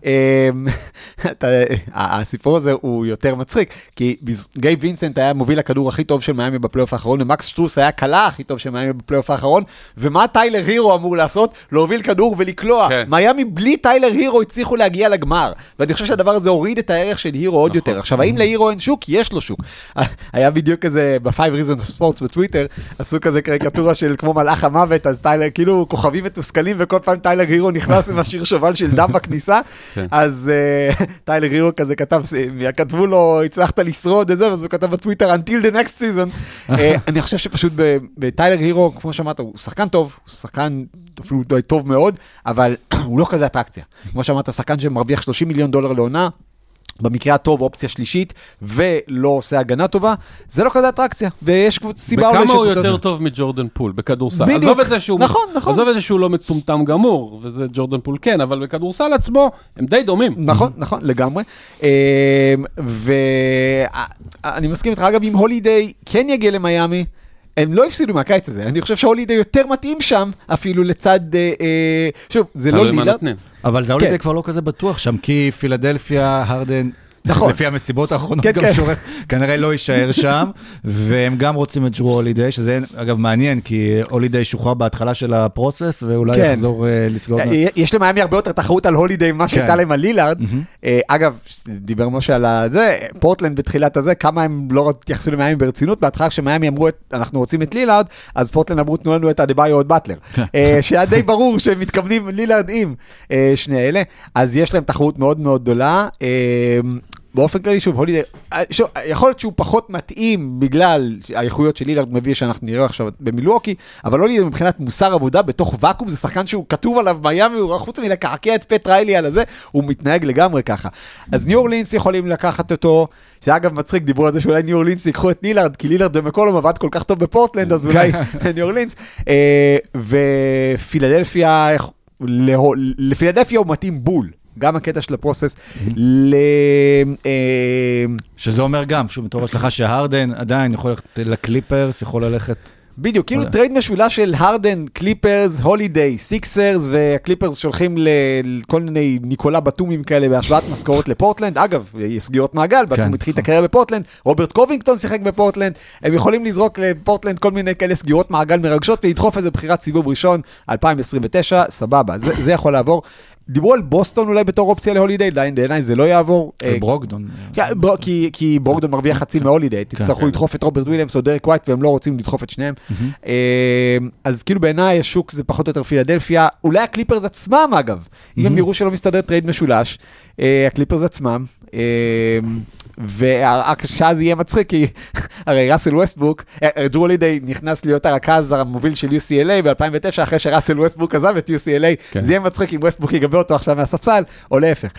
D: הסיפור הזה הוא יותר מצחיק, כי גייב וינסנט היה מוביל הכדור הכי טוב של מיאמי בפלייאוף האחרון, ומקס שטרוס היה קלה הכי טוב של מיאמי בפלייאוף האחרון, ומה טיילר הירו אמור לעשות? להוביל כדור ולקלוע.
A: כן.
D: מיאמי בלי טיילר הירו הצליחו להגיע לגמר, ואני חושב שהדבר הזה הוריד את הערך של הירו עוד יותר. עכשיו, האם להירו אין שוק? יש לו שוק. היה בדיוק כזה, ב-Five Reasons of Sports בטוויטר, עשו כזה קריקטורה של כמו מלאך המוות, אז טיילר, כאילו כוכבים מתוסכלים, וכל פעם טיילר הירו נכנס עם השיר שובל של דם בכניסה, אז טיילר הירו כזה כתב, כתבו לו, הצלחת לשרוד את זה, אז הוא כתב בטוויטר, until the next season. אני חושב שפשוט בטיילר הירו, כמו שאמרת, הוא שחקן טוב, הוא שחקן אפילו טוב מאוד, אבל הוא לא כזה אטרקציה. כמו שאמרת, שחקן שמרוויח שלושים מיליון דולר לעונה, במקרה הטוב אופציה שלישית, ולא עושה הגנה טובה, זה לא כזה אטרקציה, ויש סיבה אולי
A: בכמה הוא
D: שקבוצות-
A: יותר טוב מג'ורדן פול בכדורסל?
D: בדיוק.
A: עזוב את זה שהוא,
D: נכון, נכון.
A: עזוב את זה שהוא לא מטומטם גמור, וזה ג'ורדן פול כן, אבל בכדורסל עצמו הם די דומים.
D: נכון, נכון, לגמרי. ואני מסכים איתך, אגב, אם הולידיי כן יגיע למיאמי, הם לא הפסידו מהקיץ הזה. אני חושב שהולידיי יותר מתאים שם, אפילו לצד, אה, אה, שוב, זה לא
A: תלוי מה
D: לילארד.
A: נותנים.
E: אבל זה
D: כן.
E: הולידיי כבר לא כזה בטוח שם, כי פילדלפיה, הרדן,
D: נכון.
E: לפי המסיבות האחרונות,
D: כן,
E: גם
D: כן.
E: שורק, כנראה לא יישאר שם, והם גם רוצים את ג'רו הולידיי, שזה אגב מעניין, כי הולידיי שוחרר בהתחלה של הפרוסס, ואולי
D: כן.
E: יחזור אה, לסגור.
D: יש למיאמי הרבה יותר תחרות על הולידיי ממה שהייתה
E: כן.
D: להם על לילארד. אה, אגב, דיבר משה על זה, פורטלנד בתחילת הזה, כמה הם לא התייחסו למיאמי ברצינות, בהתחלה כשמיאמי אמרו, את- אנחנו רוצים את לילארד, אז פורטלנד אמרו, תנו לנו את אדבאיו עוד באטלר. אה, שהיה די ברור שהם מתכוונים לילארד עם אה, שני אלה, אז יש להם תחרות מאוד מאוד גדולה. אה, באופן כללי, שוב, הולידיי, שוב, יכול להיות שהוא פחות מתאים בגלל האיכויות של לילארד מביא שאנחנו נראה עכשיו במילווקי, אבל הולידיי מבחינת מוסר עבודה בתוך וקום, זה שחקן שהוא כתוב עליו מיאמי, הוא חוץ מלקעקע את פט ריילי על הזה, הוא מתנהג לגמרי ככה. אז ניו אורלינס יכולים לקחת אותו, שאגב מצחיק, דיברו על זה שאולי ניו אורלינס ייקחו את לילארד, כי לילארד במקולום עבד כל כך טוב בפורטלנד, אז אולי ניו אורלינס, אה, ופילדלפיה, להו- לפילדלפיה הוא מתאים בול. גם הקטע של הפרוסס, ל... אה,
E: שזה אומר גם, שוב, מתור השלכה שהרדן עדיין יכול ללכת לקליפרס, יכול ללכת...
D: בדיוק, כאילו טרייד משולש של הרדן, קליפרס, הולידיי, סיקסרס, והקליפרס שולחים לכל מיני ניקולה בטומים כאלה בהשוואת משכורות לפורטלנד. אגב, יש סגירות מעגל, בטום התחיל את הקריירה בפורטלנד, רוברט קובינגטון שיחק בפורטלנד, הם יכולים לזרוק לפורטלנד כל מיני כאלה סגירות מעגל מרגשות, ולדחוף איזה בחירת סיבוב ראשון, אלפיים עשרים ותשע, סבבה, זה, זה יכול לעבור. דיברו על בוסטון אולי בתור אופציה להולידיי, בעיניי זה לא יעבור.
E: ברוקדון.
D: כי, כי ברוקדון מרוויח חצי מהולידיי, תצטרכו לדחוף את רוברט וויליאמס או דרק ווייט, והם לא רוצים לדחוף את שניהם. אז כאילו בעיניי השוק זה פחות או יותר פילדלפיה, אולי הקליפרס עצמם אגב, אם הם יראו שלא מסתדר טרייד משולש, הקליפרס עצמם, ושאז יהיה מצחיק, כי הרי ראסל ווסטברוק, ג'רו הולידיי נכנס להיות הרכז המוביל של יו סי אל איי ב-אלפיים ותשע, אחרי שראסל ווסטברוק עזב את יו סי אל איי, זה יהיה מצחיק אם ווסטברוק יגבה אותו עכשיו מהספסל, או להפך.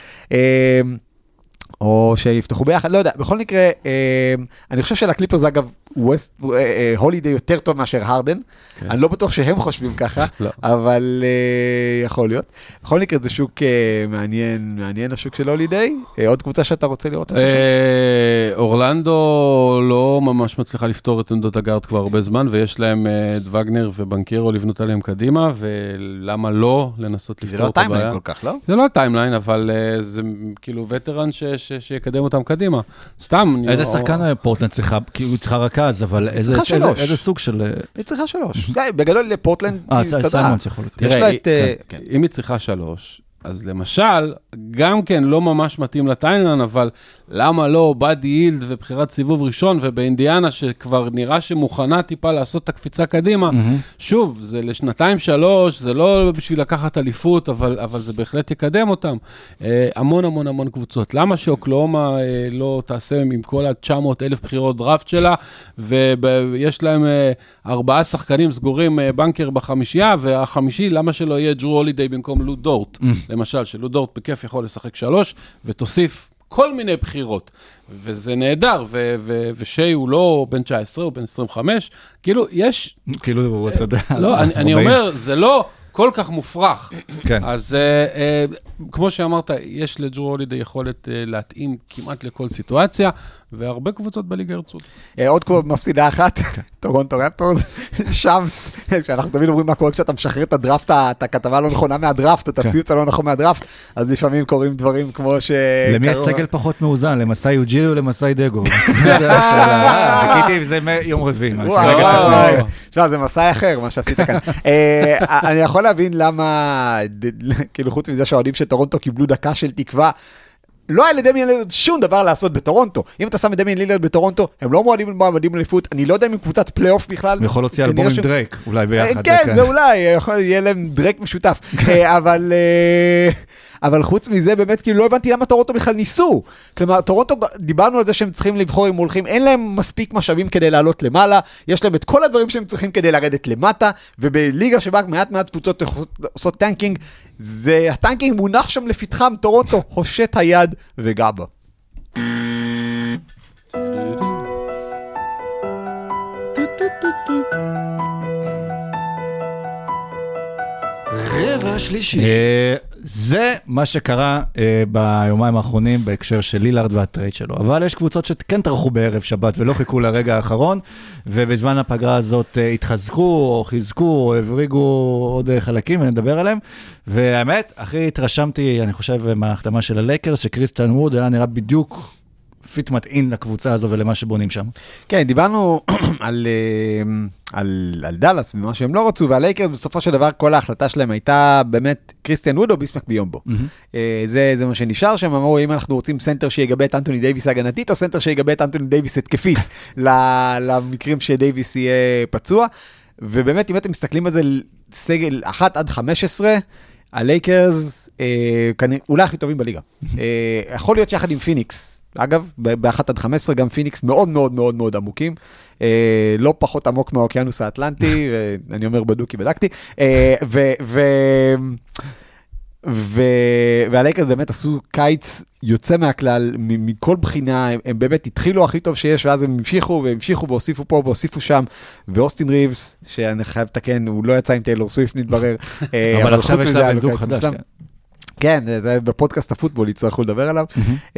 D: או שיפתחו ביחד, לא יודע, בכל מקרה, אני חושב שלקליפרס אגב, הולידיי יותר טוב מאשר הרדן, אני לא בטוח שהם חושבים ככה, אבל יכול להיות. בכל מקרה זה שוק מעניין, מעניין השוק של הולידיי, עוד קבוצה שאתה רוצה לראות?
A: אורלנדו לא ממש מצליחה לפתור את עמדות הגארד כבר הרבה זמן, ויש להם את וגנר ובנקרו לבנות עליהם קדימה, ולמה לא לנסות לפתור את הבעיה?
D: זה לא הטיימליין כל כך, לא?
A: זה לא הטיימליין, אבל זה כאילו וטרן שיקדם אותם קדימה. סתם.
E: איזה שחקן פורטלנד צריכה, כי הוא צריכה רכז, אבל איזה סוג של...
D: היא צריכה שלוש. בגדול לפורטלנד
E: היא הסתדרה.
A: תראה, אם היא צריכה שלוש, אז למשל, גם כן לא ממש מתאים לטיינרן, אבל למה לא באדי הילד ובחירת סיבוב ראשון, ובאינדיאנה שכבר נראה שמוכנה טיפה לעשות את הקפיצה קדימה, שוב, זה לשנתיים שלוש, זה לא בשביל לקחת אליפות, אבל, אבל זה בהחלט יקדם אותם. המון המון המון קבוצות. למה שאוקלאומה לא תעשה עם כל ה-תשע מאות אלף בחירות דראפט שלה, ויש להם ארבעה שחקנים סגורים בנקר בחמישייה, והחמישי, למה שלא יהיה ג'רו הולידיי במקום לו דורט? למשל, שלו דורט בכיף יכול לשחק שלוש, ותוסיף כל מיני בחירות, וזה נהדר, ושי הוא לא בן תשע עשרה, הוא בן עשרים וחמש, כאילו יש...
E: כאילו, אתה יודע...
A: לא, אני אומר, זה לא כל כך מופרך. אז כמו שאמרת, יש לג'רו הולידיי יכולת להתאים כמעט לכל סיטואציה, והרבה קבוצות בליגה ירצו.
D: עוד מפסידה אחת, טורונטו רפטורס, שמס, שאנחנו תמיד אומרים מה קורה כשאתה משחרר את הדראפט, את הכתבה לא נכונה מהדראפט, את הציוץ הלא נכון מהדראפט, אז לפעמים קורים דברים כמו ש...
E: למי הסגל פחות מאוזן? למסאי יוג'ירי או למסאי דגו? זה השאלה. חיכיתי אם זה יום רביעי.
D: זה מסאי אחר, מה שעשית כאן. אני יכול להבין למה, כאילו חוץ מזה שהאוהדים של טורונטו קיבלו דקה של תקווה, לא היה לדמיין לילרד שום דבר לעשות בטורונטו. אם אתה שם לדמיין לילרד בטורונטו, הם לא מועדים במועדים לאליפות, אני לא יודע אם הם קבוצת פלייאוף בכלל.
E: יכול להוציא אלבום עם דרייק, אולי ביחד.
D: כן, זה אולי, יהיה להם דרייק משותף. אבל... אבל חוץ מזה, באמת, כאילו לא הבנתי למה טורונטו בכלל ניסו. כלומר, טורונטו, דיברנו על זה שהם צריכים לבחור אם הולכים, אין להם מספיק משאבים כדי לעלות למעלה, יש להם את כל הדברים שהם צריכים כדי לרדת למטה, ובליגה שבה מעט מעט קבוצות עושות טנקינג, זה, הטנקינג מונח שם לפתחם, טורונטו הושט היד וגע בה.
C: רבע שלישי.
E: זה מה שקרה ביומיים האחרונים בהקשר של לילארד והטרייד שלו. אבל יש קבוצות שכן טרחו בערב שבת ולא חיכו לרגע האחרון, ובזמן הפגרה הזאת התחזקו או חיזקו או הבריגו עוד חלקים ונדבר עליהם. והאמת, הכי התרשמתי, אני חושב, מההחתמה של הלייקרס, שקריסטיאן ווד היה נראה בדיוק פיט מתאים לקבוצה הזו ולמה שבונים שם.
D: כן, דיברנו על, על, על דלס ומה שהם לא רצו, והלייקרס בסופו של דבר כל ההחלטה שלהם הייתה באמת קריסטיאן ווד או ביסמק ביומבו. Mm-hmm. זה, זה מה שנשאר שם, אמרו אם אנחנו רוצים סנטר שיגבה את אנטוני דייביס הגנתית, או סנטר שיגבה את אנטוני דייביס התקפית, למקרים שדייביס יהיה פצוע, ובאמת אם אתם מסתכלים על זה סגל אחת עד חמש עשרה, הלייקרס אה, אולי הכי טובים בליגה. אה, יכול להיות שיחד עם פיניקס, אגב, באחת עד חמש עשרה גם פיניקס מאוד מאוד מאוד מאוד עמוקים, אה, לא פחות עמוק מהאוקיינוס האטלנטי, ואני אומר בדוק כי בדקתי, אה, ו... ו ו... והלייקרס באמת עשו קיץ יוצא מהכלל, מכל בחינה, הם, הם באמת התחילו הכי טוב שיש, ואז הם המשיכו והמשיכו והוסיפו פה והוסיפו שם, ואוסטין ריבס, שאני חייב לתקן, הוא לא יצא עם טיילור סוויפט נתברר,
E: אבל עכשיו יש להם בן זוג חדש,
D: כן, זה בפודקאסט הפוטבול יצטרכו לדבר עליו.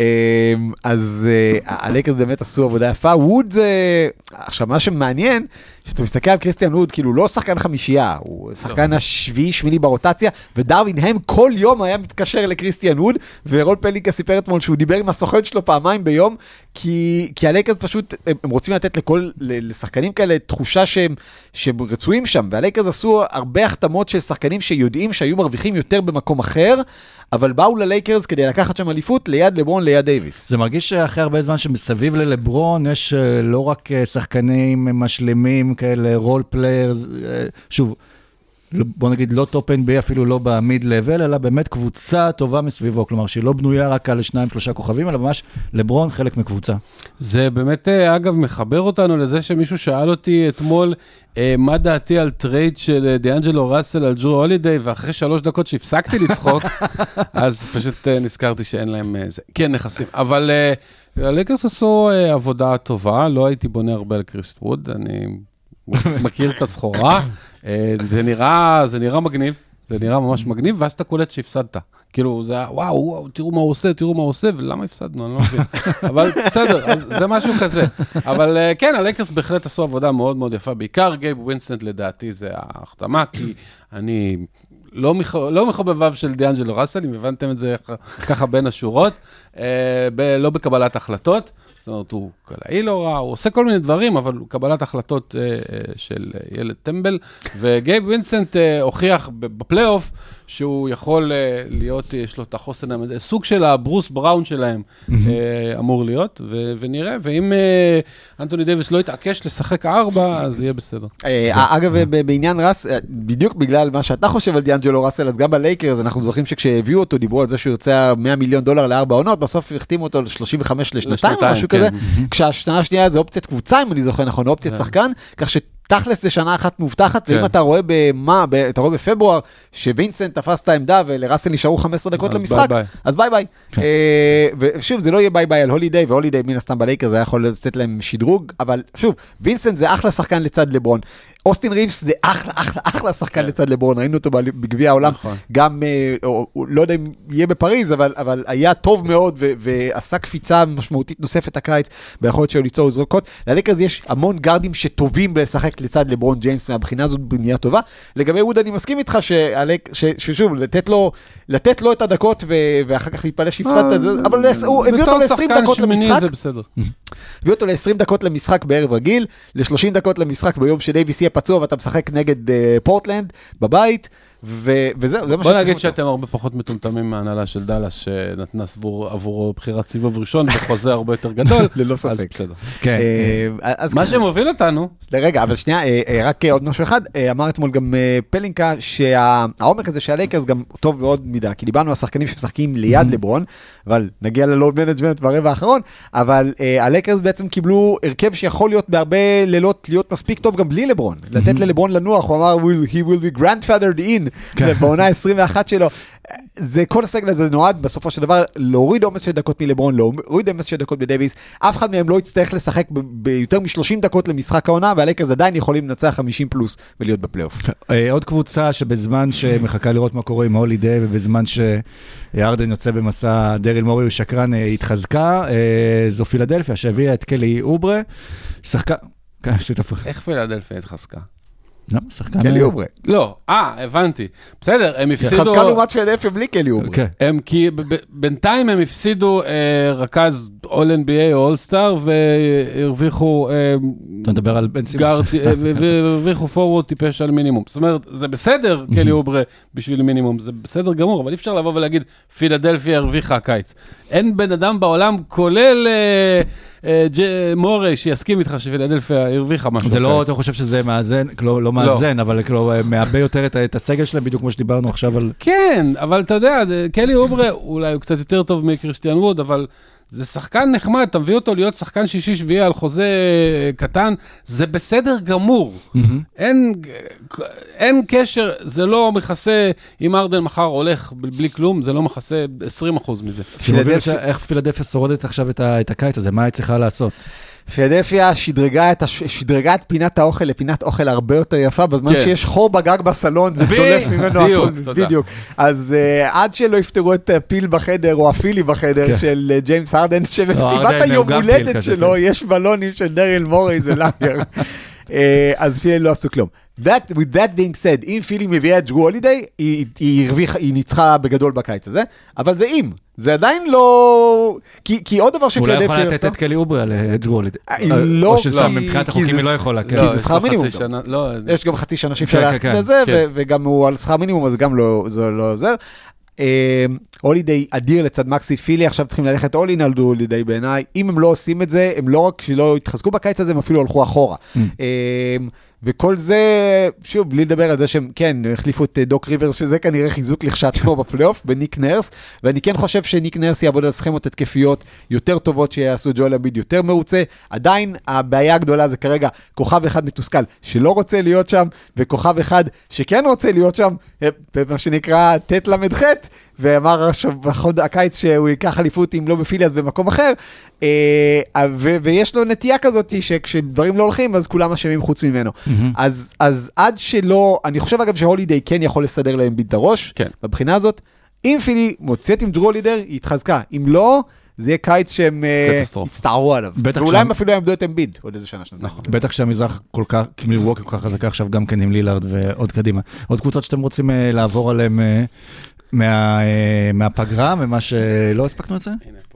D: אז הלייקרס באמת עשו עבודה יפה. ווד זה, עכשיו מה שמעניין, שאתה מסתכל על קריסטיאן ווד, כאילו לא שחקן חמישייה, הוא שחקן השביעי, שמיני ברוטציה, ודרווין הם כל יום היה מתקשר לקריסטיאן ווד, ורול פלינקה סיפר אתמול שהוא דיבר עם הסוכן שלו פעמיים ביום, כי, כי הלייקרס פשוט, הם, הם רוצים לתת לכל, לשחקנים כאלה תחושה שהם, שהם רצויים שם, והלייקרס עשו הרבה החתמות של שחקנים שיודעים שהיו מרוויחים יותר במקום אחר, אבל באו ללייקרס כדי לקחת שם אליפות ליד לברון, ליד דייביס.
E: זה מרגיש שאחרי הרבה זמן שמסביב ללברון יש לא רק שחקנים משלימים כאלה, רול פליירס, שוב, בוא נגיד לא טופ אן בי, אפילו לא במיד לבל, אלא באמת קבוצה טובה מסביבו, כלומר שהיא לא בנויה רק על שניים, שלושה כוכבים, אלא ממש לברון חלק מקבוצה.
A: זה באמת, אגב, מחבר אותנו לזה שמישהו שאל אותי אתמול, מה דעתי על טרייד של דיאנג'לו ראסל על ג'רו הולידיי, ואחרי שלוש דקות שהפסקתי לצחוק, אז פשוט נזכרתי שאין להם זה. כן, נכסים. אבל הלייקרס עשו עבודה טובה, לא הייתי בונה הרבה על קריס ווד, אני מכיר את הסחורה, זה נראה, זה נראה מגניב, זה נראה ממש מגניב, ואז אתה קולט שהפסדת. כאילו, זה היה, וואו, וואו, תראו מה הוא עושה, תראו מה הוא עושה, ולמה הפסדנו, אני לא מבין. אבל בסדר, אז זה משהו כזה. אבל כן, הלייקרס בהחלט עשו עבודה מאוד מאוד יפה, בעיקר גייב ווינסנט לדעתי זה ההחתמה, כי אני לא, מח... לא מחובביו של דיאנג'לו ראסל, אם הבנתם את זה ככה בין השורות, ב... לא בקבלת החלטות, זאת אומרת, הוא קלעי לא רע, הוא עושה כל מיני דברים, אבל הוא קבלת החלטות אה, של ילד טמבל, וגייב וינסנט אה, הוכיח בפלייאוף, שהוא יכול אה, להיות, יש לו את החוסן, סוג של הברוס בראון שלהם, אה, אמור להיות, ו- ונראה, ואם אה, אנטוני דייביס לא יתעקש לשחק ארבע, אז יהיה בסדר.
D: אה, אגב, בעניין רס, בדיוק בגלל מה שאתה חושב על דיאנג'לו ראסל, אז גם בלייקרס, אנחנו זוכרים שכשהביאו אותו, דיברו על זה שהוא יוצא מאה מיליון דולר לארבע עונות, בסוף החתימו אותו ל-שלושים וחמש לשנתיים, משהו כזה, כשהשנה השנייה זה אופציית קבוצה, אם אני זוכר נכון, אופציית שחקן, כך שתכלס זה שנה אחת מובטחת, ואם אתה רואה במה, אתה רואה בפברואר, שווינסנט תפס את העמדה, ולראסל נשארו חמש עשרה דקות למשחק, אז ביי ביי. ושוב, זה לא יהיה ביי ביי על הולידיי, והולידיי מן הסתם בלייקר, זה יכול לתת להם שדרוג, אבל שוב, וינסנט זה אחלה שחקן לצד לברון. אוסטין ריבס זה אחלה, אחלה, אחלה שחקן לצד לברון, ראינו אותו בגביע העולם, גם, לא יודע אם יהיה בפריז, אבל היה טוב מאוד, ועשה קפיצה משמעותית נוספת הקיץ, ביכולת שלו ליצור זרוקות. ללייקרס יש המון גארדים שטובים לשחק לצד לברון ג'יימס, מהבחינה הזאת בנייה טובה. לגבי ווד, אני מסכים איתך ששוב, לתת לו את הדקות, ואחר כך להתפלא שהפסדת את זה, אבל הוא הביא אותו ל-עשרים דקות למשחק. הביא אותו ל-עשרים דקות למשחק בערב רגיל, ל-שלושים דקות למשחק ביום שדייביס יהיה פצוע, ואתה משחק נגד פורטלנד בבית, וזהו, זה מה
A: בוא נגיד שאתם הרבה פחות מטומטמים מהנהלה של דלס, שנתנה עבורו בחירת סיבוב ראשון, וחוזה הרבה יותר גדול.
D: ללא ספק.
A: מה שמוביל אותנו.
D: רגע, אבל שנייה, רק עוד משהו אחד, אמר אתמול גם פלינקה, שהעומק הזה של הלייקרס גם טוב מאוד מידה, כי דיברנו על שחקנים שמשחקים ליד לברון, אבל נגיע ללואוד מנג'מנט ברבע האחרון, אבל הלייקרס בעצם קיבלו הרכב שיכול להיות בהרבה לילות להיות מספיק טוב גם בלי לברון, לתת ללברון לנוח, הוא אמר, he will be grandfathered in, בעונה עשרים ואחת שלו, זה כל הסגל הזה נועד בסופו של דבר להוריד עומס של דקות מלברון, להוריד עומס של דקות בדייביס, אף אחד מהם לא יצטרך לשחק ביותר מ-שלושים דקות למשחק העונה, והלייקרס עדיין יכולים לנצח חמישים פלוס ולהיות בפלייאוף.
E: עוד קבוצה שבזמן שמחכה לראות מה קורה עם הולידיי, ובזמן שארדן יוצא במסע דריל מורי ושקרן התחזקה, זו פילדלפיה שהביאה את קלי אוברה, שחקה...
A: איך פילדלפיה התחזקה?
E: למה? שחקן...
D: קלי אוברה.
A: לא, אה, הבנתי. בסדר, הם הפסידו...
D: חזקה לעומת פילדלפיה בלי קלי אוברה.
A: הם כי... בינתיים הם הפסידו רכז אול אן בי איי או אול סטאר, והרוויחו...
E: אתה מדבר על בן סימוס.
A: והרוויחו פורוורד טיפש על מינימום. זאת אומרת, זה בסדר, קלי אוברה בשביל מינימום, זה בסדר גמור, אבל אי אפשר לבוא ולהגיד, פילדלפיה הרוויחה הקיץ. אין בן אדם בעולם, כולל... מורי שיסכים איתך שפילדלפיה הרוויחה משהו.
E: זה לא, אתה חושב שזה מאזן, לא מאזן, אבל מעבה יותר את הסגל שלהם, בדיוק כמו שדיברנו עכשיו על...
A: כן, אבל אתה יודע, קלי אוברה, אולי הוא קצת יותר טוב מקריסטיאן ווד, אבל זה שחקן נחמד, אתה מביא אותו להיות שחקן שישי שביעי על חוזה קטן, זה בסדר גמור. אין, אין קשר, זה לא מכסה, אם ארדן מחר הולך בלי כלום, זה לא מכסה עשרים אחוז מזה.
E: איך פילדלפיה שורדת עכשיו את הקיץ הזה? מה היא צריכה לעשות?
D: פילדלפיה שדרגה את, הש... שדרגה את פינת האוכל לפינת אוכל הרבה יותר יפה, בזמן
A: כן.
D: שיש חור בגג בסלון ודולף ממנו
A: בדיוק,
D: הכל.
A: תודה.
D: בדיוק. אז uh, עד שלא יפתרו את הפיל בחדר, או הפילי בחדר
E: כן.
D: של uh, ג'יימס הרדן, שבמסיבת
E: הרדן הוא גם פיל
D: היום הולדת
E: כזה,
D: שלו,
E: כן.
D: יש בלונים של דריל מורי, זה לאגר. Uh, אז פילי לא עשו כלום. That, with that being said, אם פילי מביאה את ג'רו הולידיי, היא, היא, הרוויח, היא ניצחה בגדול בקיץ הזה, אבל זה אם, זה עדיין לא... כי, כי עוד דבר
E: אולי
D: שפילדלפיה
E: יכולה לתת את קלי אוברה לג'רו הולידיי.
D: היא לא...
E: או שסתם
D: כי-
E: מבחינת
D: כי
E: החוקים
D: זה-
E: היא לא יכולה, כן.
D: כי זה
A: יש
D: שכר
A: לו
D: מינימום
A: חצי
D: גם.
A: שנה- לא,
D: יש גם חצי שנה שאפשר
E: כן,
D: ללכת
E: כן,
D: לזה,
A: כן.
D: ו- וגם הוא על שכר מינימום, אז גם לא, זה לא עוזר. הולידיי אדיר לצד מקסי פילי, עכשיו צריכים ללכת אולין על הולידיי בעיניי. אם הם לא עושים את זה, הם לא רק שלא התחזקו בקיץ הזה, הם אפילו הלכו אחורה. וכל זה, שוב, בלי לדבר על זה שהם, כן, החליפו את דוק ריברס, שזה כנראה חיזוק לכשעצמו בפלייאוף, בניק נרס, ואני כן חושב שניק נרס יעבוד על סכמות התקפיות יותר טובות שיעשו ג'ואל אמביד יותר מרוצה. עדיין הבעיה הגדולה זה כרגע כוכב אחד מתוסכל שלא רוצה להיות שם, וכוכב אחד שכן רוצה להיות שם, במה שנקרא תת למד חט, ואמר עכשיו בחוד הקיץ שהוא ייקח אליפות אם לא בפילי אז במקום אחר, ו- ויש לו נטייה כזאת שכשדברים לא הולכים אז כולם אשמים חוץ ממנו. אז, אז עד שלא, אני חושב אגב שהולידיי כן יכול לסדר להם ביט הראש,
A: כן.
D: בבחינה הזאת, אם פילי מוצאת עם ג'רו הולידיי, היא התחזקה. אם לא, זה יהיה קיץ שהם אה,
A: קטסטרופה.
D: יצטערו עליו.
E: בטח
D: ואולי
E: שם-
D: הם אפילו יעמדו את אמביד, עוד איזה שנה שנתיים. נכון.
E: בטח שהמזרח כל כך, כי מילווקי כל כך חזקה עכשיו גם כן עם לילארד ועוד קדימה. עוד קבוצות שאתם רוצים אה, לעבור עליהם אה, מה, אה, מהפגרה, ממה שלא הספקנו את זה?
A: הנה פה.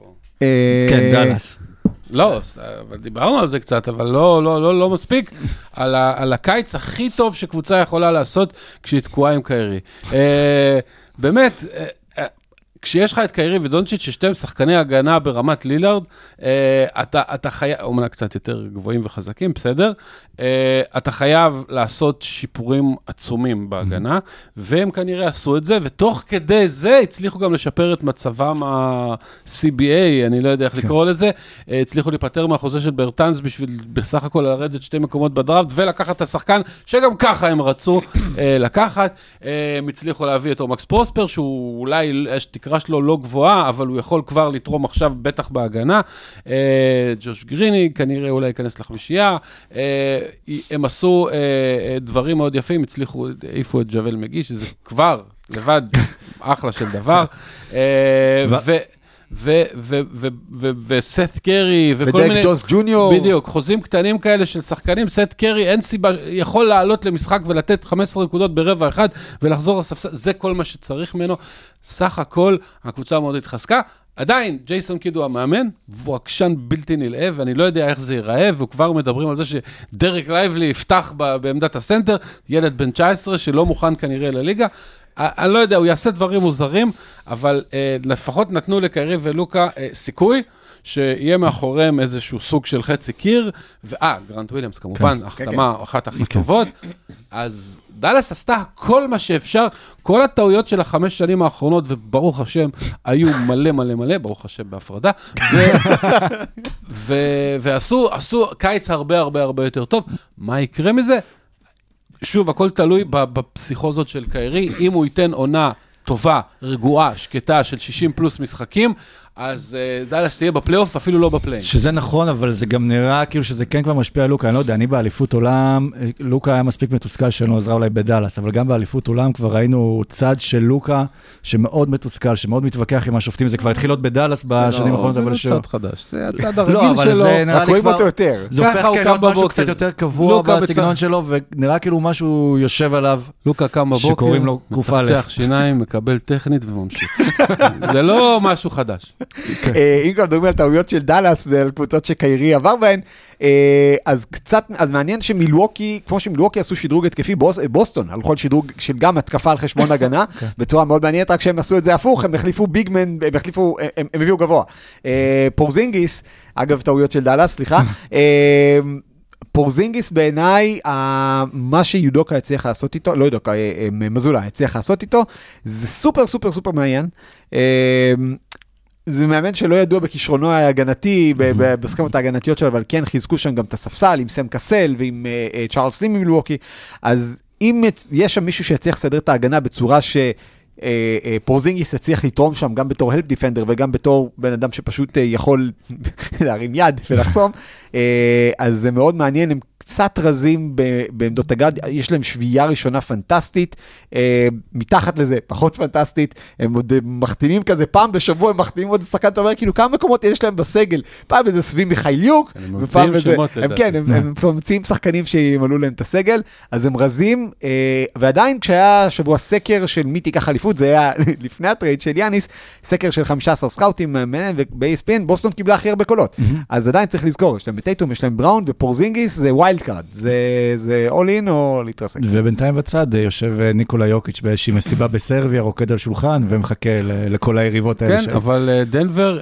E: כן, דאלאס.
A: לא, אבל דיברנו על זה קצת, אבל לא, לא, לא, לא מספיק, על, ה, על הקיץ הכי טוב שקבוצה יכולה לעשות כשהיא תקועה עם קיירי. אה, באמת, אה, אה, כשיש לך את קיירי ודונצ'יץ' ששתיהם שחקני הגנה ברמת לילארד, אה, אתה, אתה חייב, אומנה קצת יותר גבוהים וחזקים, בסדר? אה, אתה חייב לעשות שיפורים עצומים בהגנה, והם כנראה עשו את זה, ותוך כדי זה הצליחו גם לשפר את מצבם ה-סי בי איי, אני לא יודע איך לקרוא לזה, אה, הצליחו להיפטר מהחוזה של ברטנס בשביל בסך הכל לרדת שתי מקומות בדראפט, ולקחת את השחקן שגם ככה הם רצו אה, לקחת. אה, הם הצליחו להביא את אומקס פרוספר, שהוא אולי, התקרה שלו לא גבוהה, אבל הוא יכול כבר לתרום עכשיו בטח בהגנה. אה, ג'וש גריני כנראה אולי ייכנס לחמישייה. אה, הם עשו אה, אה, דברים מאוד יפים, הצליחו, העיפו את ג'וול מגי, שזה כבר לבד אחלה של דבר. אה, ו... ו- ו- ו- ו- וסת קרי וכל
D: ודק
A: מיני...
D: ג'וס ג'וניור.
A: בדיוק, חוזים קטנים כאלה של שחקנים, סט קרי, אין סיבה, יכול לעלות למשחק ולתת חמש עשרה נקודות ברבע אחד ולחזור לספסל, זה כל מה שצריך ממנו. סך הכל, הקבוצה מאוד התחזקה. עדיין, ג'ייסון קיד הוא המאמן, והוא עקשן בלתי נלאה, ואני לא יודע איך זה ייראה, וכבר מדברים על זה שדרק לייבלי יפתח ב- בעמדת הסנטר, ילד בן תשע עשרה שלא מוכן כנראה לליגה. אני לא יודע, הוא יעשה דברים מוזרים, אבל אה, לפחות נתנו לקיירי ולוקה אה, סיכוי, שיהיה מאחוריהם איזשהו סוג של חצי קיר, ואה, גרנט וויליאמס כמובן, החתמה אחת הכי טובות, אז דאלאס עשתה כל מה שאפשר, כל הטעויות של החמש שנים האחרונות, וברוך השם, היו מלא מלא מלא, ברוך השם בהפרדה, ועשו עשו קיץ הרבה הרבה הרבה יותר טוב. מה יקרה מזה? שוב, הכל תלוי בפסיכוזות של קיירי, אם הוא ייתן עונה טובה, רגועה, שקטה של שישים פלוס משחקים, אז דאלאס תהיה בפלייאוף, אפילו לא בפליין.
E: שזה נכון, אבל זה גם נראה כאילו שזה כן כבר משפיע על לוקה, אני לא יודע, אני באליפות עולם, לוקה היה מספיק מתוסכל שלנו, עזרה אולי בדאלאס, אבל גם באליפות עולם כבר ראינו צד של לוקה, שמאוד מתוסכל, שמאוד מתווכח עם השופטים, זה כבר התחיל עוד בדאלאס בשנים האחרונות, אבל
A: זה לא צד חדש, זה הצד הרגיל
E: לא, אבל
A: שלו.
E: זה נראה
D: רק
E: לי
D: רואים
E: כבר...
D: אותו יותר.
E: זה הופך
A: ככה הוא
E: כן
A: קם
E: להיות משהו
A: בבוקר.
E: קצת יותר קבוע
A: לוקה
E: בסגנון
A: בצד-
E: שלו, ונראה כאילו משהו יושב עליו,
A: לוקה קם בבוקר,
E: שקוראים לו קוף א'.
A: מצחצח שיניים, מקבל טכנית וממשיך. זה לא משהו חדש.
D: אה, אם כבר מדברים על טעויות של דאלאס ועל קבוצות שקיירי עבר בהן, אה, אז קצת, אז מעניין שמילווקי, כמו שמילווקי עשו שדרוג התקפי, בוס- בוסטון, הלכו על שדרוג של גם התקפה על חשבון הגנה, בצורה מאוד מעניינת, רק שהם עשו את זה הפוך, הם החליפו ביגמן, הם החליפו, הם הם הביאו גבוה. אה, פורזינגיס, אגב טעויות של דאלאס, סליחה, אה, פורזינגיס בעיניי, מה שיודוקה הצליח לעשות איתו, לא יודוקה, מזולה הצליח לעשות איתו, זה סופר סופר סופר מעניין. זה מאמן שלא ידוע בכישרונו ההגנתי, בסכמות ההגנתיות שלו, אבל כן חיזקו שם גם את הספסל, עם סם קסל ועם צ'ארלס סלים ממילווקי, אז אם יש שם מישהו שיצליח לסדר את ההגנה בצורה ש... פורזינגיס הצליח לתרום שם גם בתור הלפ דיפנדר וגם בתור בן אדם שפשוט יכול להרים יד ולחסום, אז זה מאוד מעניין, הם קצת רזים בעמדות הגד, יש להם שביעה ראשונה פנטסטית, מתחת לזה פחות פנטסטית, הם עוד מחתימים כזה, פעם בשבוע הם מחתימים עוד שחקן, אתה אומר, כאילו כמה מקומות יש להם בסגל, פעם איזה סביב מחייליוק, ופעם איזה, הם כן, הם מציעים שחקנים שימלאו להם את הסגל, אז הם רזים, ועדיין כשהיה שבוע סקר של מי תיקח אליפות, זה היה לפני הטרייד של יאניס, סקר של חמישה עשר סקאוטים, ב-אי אס פי אן, בוסטון קיבלה הכי הרבה קולות, אז עדיין צריך לזכור, יש להם טייטום, יש להם בראון, ופורזינגיס זה ווילד קארד, זה, זה all in או להתרסק.
E: ובינתיים בצד יושב ניקולה יוקיץ' באיזושהי מסיבה בסרביה, רוקד על שולחן ומחכה לכל היריבות האלה.
A: כן, אבל דנבר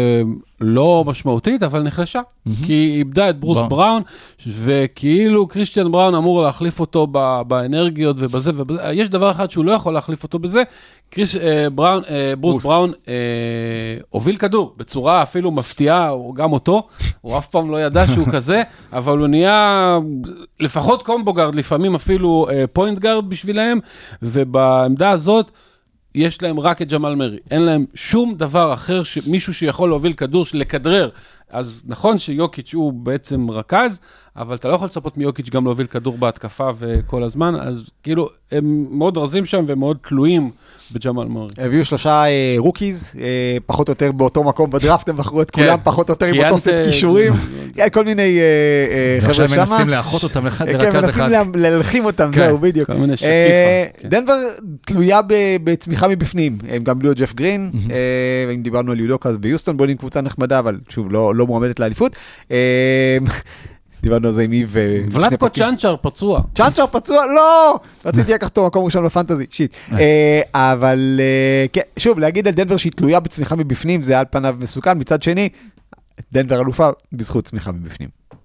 A: לא משמעותית, אבל נחלשה, כי היא איבדה את ברוס בראון, וכאילו קריסטיאן בראון אמור להחליף אותו באנרגיות ובזה, יש דבר אחד שהוא לא יכול להחליף אותו בזה, ברוס בראון הוביל כדור בצורה אפילו מפתיעה, גם אותו, הוא אף פעם לא ידע שהוא כזה, אבל הוא נהיה לפחות קומבו גארד, לפעמים אפילו פוינט גארד בשבילהם, ובעמדה הזאת יש להם רק את ג'מאל מרי, אין להם שום דבר אחר, מישהו שיכול להוביל כדור, לכדרר, אז נכון שיוקיץ' הוא בעצם רכז, אבל אתה לא יכול לצפות מיוקיץ' גם להוביל כדור בהתקפה וכל הזמן, אז כאילו הם מאוד רזים שם ומאוד תלויים בג'מאל מרי.
D: הביאו שלושה רוקיז, פחות או יותר באותו מקום בדראפט, הם בחרו את כולם פחות או יותר עם אותו סט כישורים, כל מיני חבר'ה שמה.
E: עכשיו מנסים לאחות אותם אחד לרכז אחד.
D: כן, מנסים להלחים אותם, זהו, בדיוק. דנבר תלויה בצמיחה מבפנים, הם גם בלו ג'ף גרין, אם דיברנו על יודוק אז ביוסטון בונים קבוצה נחמדה, אבל שוב, לא מועמדת לאליפות. דיברנו על זה עם איב.
A: ולטקו צ'אנצ'ר פצוע.
D: צ'אנצ'ר פצוע? לא! רציתי לקחת אותו מקום ראשון בפנטזי, שיט. אבל שוב, להגיד על דנבר שהיא תלויה בצמיחה מבפנים, זה על פניו מסוכן. מצד שני, דנבר אלופה בזכות צמיחה מבפנים.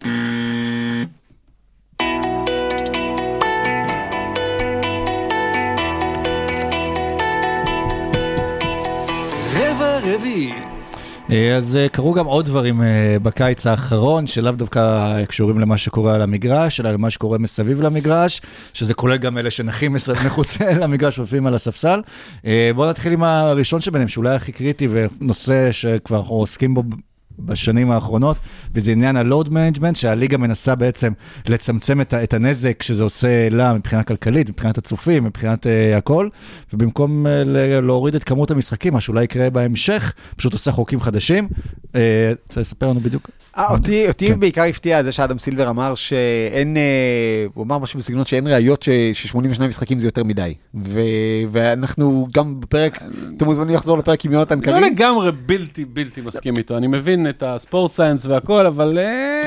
C: רבע רביעי.
E: אז קרו גם עוד דברים בקיץ האחרון, שלאו דווקא קשורים למה שקורה על המגרש, אלא למה שקורה מסביב למגרש, שזה כולל גם אלה שנחים מחוץ למגרש ופים על הספסל. בואו נתחיל עם הראשון שביניהם, שאולי הכי קריטי ונושא שכבר אנחנו עוסקים בו בשנים האחרונות, וזה עניין ה-load management, שהליגה מנסה בעצם לצמצם את, את הנזק שזה עושה לה מבחינה כלכלית, מבחינת הצופים, מבחינת uh, הכל, ובמקום uh, להוריד את כמות המשחקים, מה שאולי יקרה בהמשך, פשוט עושה חוקים חדשים. Uh, רוצה לספר לנו בדיוק?
D: 아, אותי, אותי כן. בעיקר הפתיע זה שאדם סילבר אמר שאין, uh, הוא אמר משהו בסגנון שאין ראיות ש-שמונים ושניים משחקים זה יותר מדי. ו- ואנחנו גם בפרק, אתם מוזמנים לחזור לפרק עם יונתן קריב.
A: לא לגמרי בלתי, בלתי מסכים איתו. אני מבין את הספורט סיינס והכל, אבל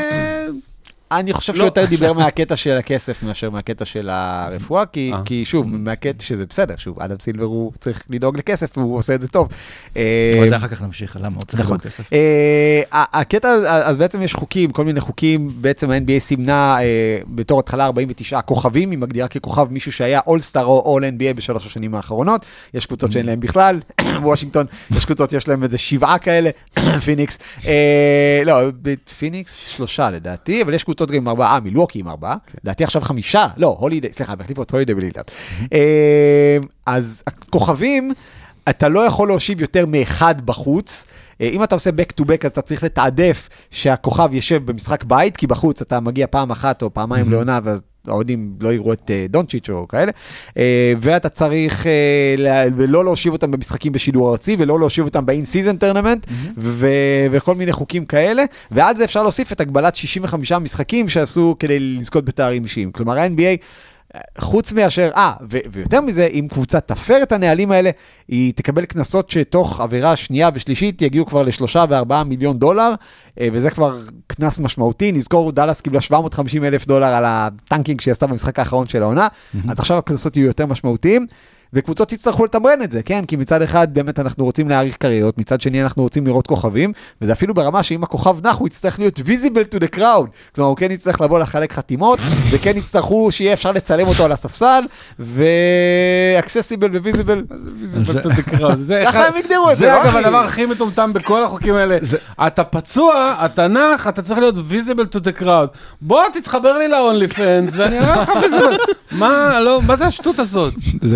D: אני חושב שהוא יותר דיבר מהקטע של הכסף מאשר מהקטע של הרפואה, כי שוב, מהקטע שזה בסדר, שוב, אדם סילבר הוא צריך לדאוג לכסף, והוא עושה את זה טוב.
E: אבל זה אחר כך נמשיך, למה הוא צריך לדאוג לכסף?
D: הקטע, אז בעצם יש חוקים, כל מיני חוקים, בעצם ה-אן בי איי סימנה בתור התחלה ארבעים ותשעה כוכבים, היא מגדירה ככוכב מישהו שהיה אול-סטאר או אול-אן בי איי בשלוש השנים האחרונות, יש קבוצות שאין להם בכלל, בוושינגטון, יש קבוצות יש להם איזה שבעה כאלה, פיניקס, לא, פיניקס שלושה לדעתי, אבל יש קבוצות עם ארבעה, מילווקי עם ארבעה, לדעתי עכשיו חמישה, לא, הולידי, סליחה, מחליפו את הולידי בלילת. אז הכוכבים, אתה לא יכול להושיב יותר מאחד בחוץ, אם אתה עושה back to back, אז אתה צריך לתעדף שהכוכב ישב במשחק בית, כי בחוץ אתה מגיע פעם אחת או פעמיים לעונה, ואז העודים לא יראו את דונצ'יץ' או כאלה, ואתה צריך לא להושיב אותם במשחקים בשידור ארצי, ולא להושיב אותם ב-in-season tournament, וכל מיני חוקים כאלה, ועל זה אפשר להוסיף את הגבלת שישים וחמישה משחקים שעשו כדי לזכות בתארים אישיים. כלומר, ה-אן בי איי, חוץ מאשר, אה, ויותר מזה, אם קבוצה תפר את הנהלים האלה, היא תקבל כנסות שתוך עבירה שנייה ושלישית יגיעו כבר לשלושה וארבעה מיליון דולר, וזה כבר כנס משמעותי. נזכור, דלס קיבלה שבע מאות וחמישים אלף דולר על הטנקינג שהיא עשתה במשחק האחרון של העונה, אז עכשיו הכנסות יהיו יותר משמעותיים, וקבוצות יצטרכו לתמרן את זה, כן? כי מצד אחד באמת אנחנו רוצים להאריך קריירות, מצד שני אנחנו רוצים לראות כוכבים, וזה אפילו ברמה שאם הכוכב נח, הוא יצטרך להיות visible to the crowd, כלומר הוא כן יצטרך לבוא לחלק חתימות, וכן יצטרכו שיהיה אפשר לצלם אותו על הספסל, ו-accessible ו-visible, visible to the crowd. ככה הם הגדירו את זה.
A: זה אגב הדבר הכי מטומטם בכל החוקים האלה. אתה פצוע, אתה נח, אתה צריך להיות visible to the crowd. בוא תתחבר לי ל-only fans, ואני אראה לך visible. מה זה השטות הזאת?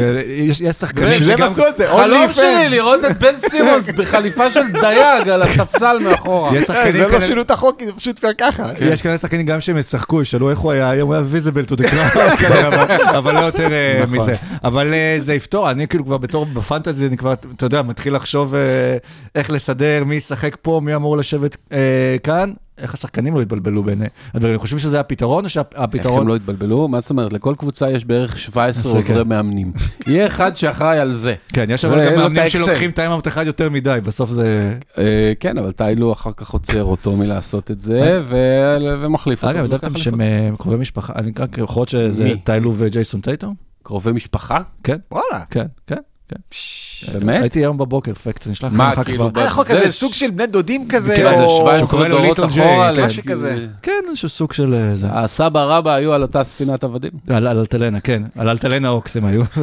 E: יש יש שחקנים
D: בשביל זה הם עשו את זה,
A: חלום
D: only
A: שלי
D: fans.
A: לראות את בן סימונס בחליפה של דייג על הספסל מאחורה.
E: יש
D: אה,
E: שחקנים
D: זה לא
E: כאלה-
D: שינו את החוק, כי זה פשוט כבר ככה.
E: יש כאלה שחקנים גם שהם ישחקו, ישאלו איך הוא היה, היום הוא היה visible to the crowd, כאלה, אבל- אבל לא יותר אה, מזה. אבל אה, זה יפתור, אני כאילו כבר בתור בפנטזי, אני כבר, אתה יודע, מתחיל לחשוב אה, איך לסדר, מי ישחק פה, מי אמור לשבת אה, כאן, איך השחקנים לא התבלבלו בין הדברים. אני חושב שזה הפתרון, או
A: איך הם
E: שהפתרון...
A: לא התבלבלו? מה זאת אומרת? לכל קבוצה יש בערך שבע עשרה
E: עשרה,
A: עוזרי
E: כן.
A: מאמנים. יהיה אחד שאחראי על זה.
E: כן, יש
A: ואין
E: אבל גם
A: לו את
E: מאמנים
A: האקסל.
E: שלוקחים טיימאוט אחד יותר מדי, בסוף זה...
A: אה, כן, אבל טיילו אחר כך עוצר אותו מלעשות את זה, ו- ומחליף אותו.
E: אגב,
A: ולוקח
E: ידעתם
A: אליפות.
E: שהם אה, קרובי משפחה, אני רק יכול להיות שזה
A: מי?
E: טיילו וג'ייסון טייטום?
A: קרובי משפחה?
E: כן,
D: וואלה.
E: כן, כן. כן.
A: באמת?
E: הייתי היום בבוקר, פקט, אני אשלח לך
A: מה,
E: אחר
A: כאילו,
E: כבר.
D: היה החוק
A: זה
D: הזה,
A: ש-
D: סוג של בני דודים כזה,
E: כן,
A: מה זה
D: או...
A: שבע
E: שקורא
A: עשרה
E: לו
A: דורות
E: ליטל ג'יי,
A: אחורה?
E: כן.
D: משהו כזה.
E: כן, איזשהו סוג של אה, זה.
A: הסבא רבא היו על אותה ספינת עבדים.
E: על על אלטלנה, כן. על אלטלנה אוקס הם היו.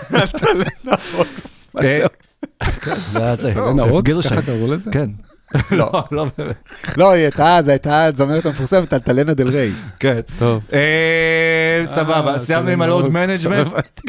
E: אה, זה היה זה.
A: אלטלנה אוקס,
E: שהפגיזו
A: ככה
E: שם.
A: קראו לזה?
E: כן. לא, לא באמת.
D: לא, היא הייתה, זו הייתה זמרת המפורסמת, אלטלנה דל ריי.
E: כן.
A: טוב.
E: אה, סבבה, סיימנו עם הלואוד מנג'מנט.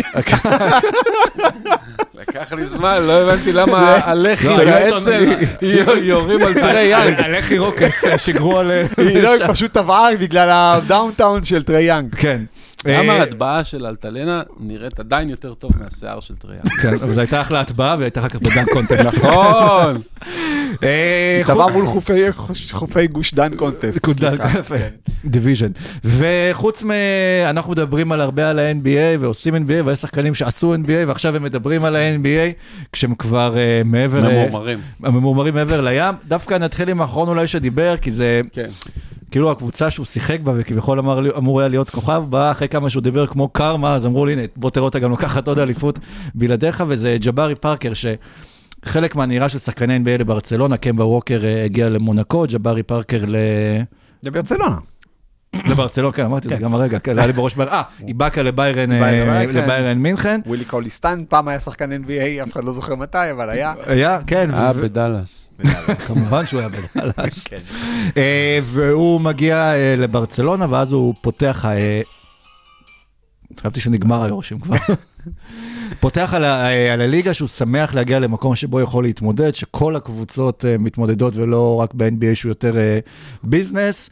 A: לקח לי זמן, לא הבנתי למה הלחי
E: לא,
A: והאצ"ל יורים על טרי יאנג.
E: הלכי רוקץ שיגרו על...
D: היא לא, היא פשוט טבעה בגלל הדאונטאון של טרי יאנג.
E: כן.
A: למה
E: אה,
A: ההטבעה של אלטלנה נראית עדיין יותר טוב מהשיער של טרי יאנג?
E: כן, אבל זו הייתה אחלה הטבעה, והייתה אחר כך בדן קונטסט.
A: נכון.
E: אה,
D: טבעה מול חופי- חופי גוש דן קונטסט.
E: קודל,
D: סליחה.
E: יפה, דיוויז'ן. וחוץ מ... אנחנו מדברים על הרבה על ה-אן בי איי, ועושים אן בי איי, ויש שחקנים שעשו אן בי איי, ועכשיו הם מדברים על ה-אן בי איי, כשהם כבר אה, מעבר... אה,
A: ממורמרים.
E: הממורמרים מעבר לים. דווקא נתחיל עם האחרון אולי שדיבר, כי זה
A: כן.
E: כאילו הקבוצה שהוא שיחק בה, וכביכול אמר, אמור היה להיות כוכב, בא אחרי כמה שהוא דיבר כמו קרמה, אז אמרו לי, הנה, בוא תראה אותה גם לוקחת עוד אליפות בלעדיך, וזה ג'בארי פארקר, ש... חלק מהנהירה של שחקני אן בי איי לברצלונה, קמבה ווקר אה, הגיע למונקו, ג'בארי פארקר ל...
D: זה ברצלונה.
E: לברצלונה, כן, אמרתי, זה גם הרגע, כן, היה לי בראש, אה, איבאקה לביירן, אה,
D: ביירן, כן.
E: לביירן מינכן.
D: ווילי קוליסטן, פעם היה שחקן אן בי איי, אף אחד לא זוכר מתי, אבל היה.
E: היה, כן,
A: אה,
E: ו-
A: בדלס.
E: כמובן שהוא היה בדלס.
D: כן.
E: אה, והוא מגיע אה, לברצלונה, ואז הוא פותח... אה, חשבתי שנגמר היורשים כבר. פותח על, ה, על הליגה שהוא שמח להגיע למקום שבו יכול להתמודד, שכל הקבוצות uh, מתמודדות ולא רק ב-אן בי איי שהוא יותר uh, ביזנס,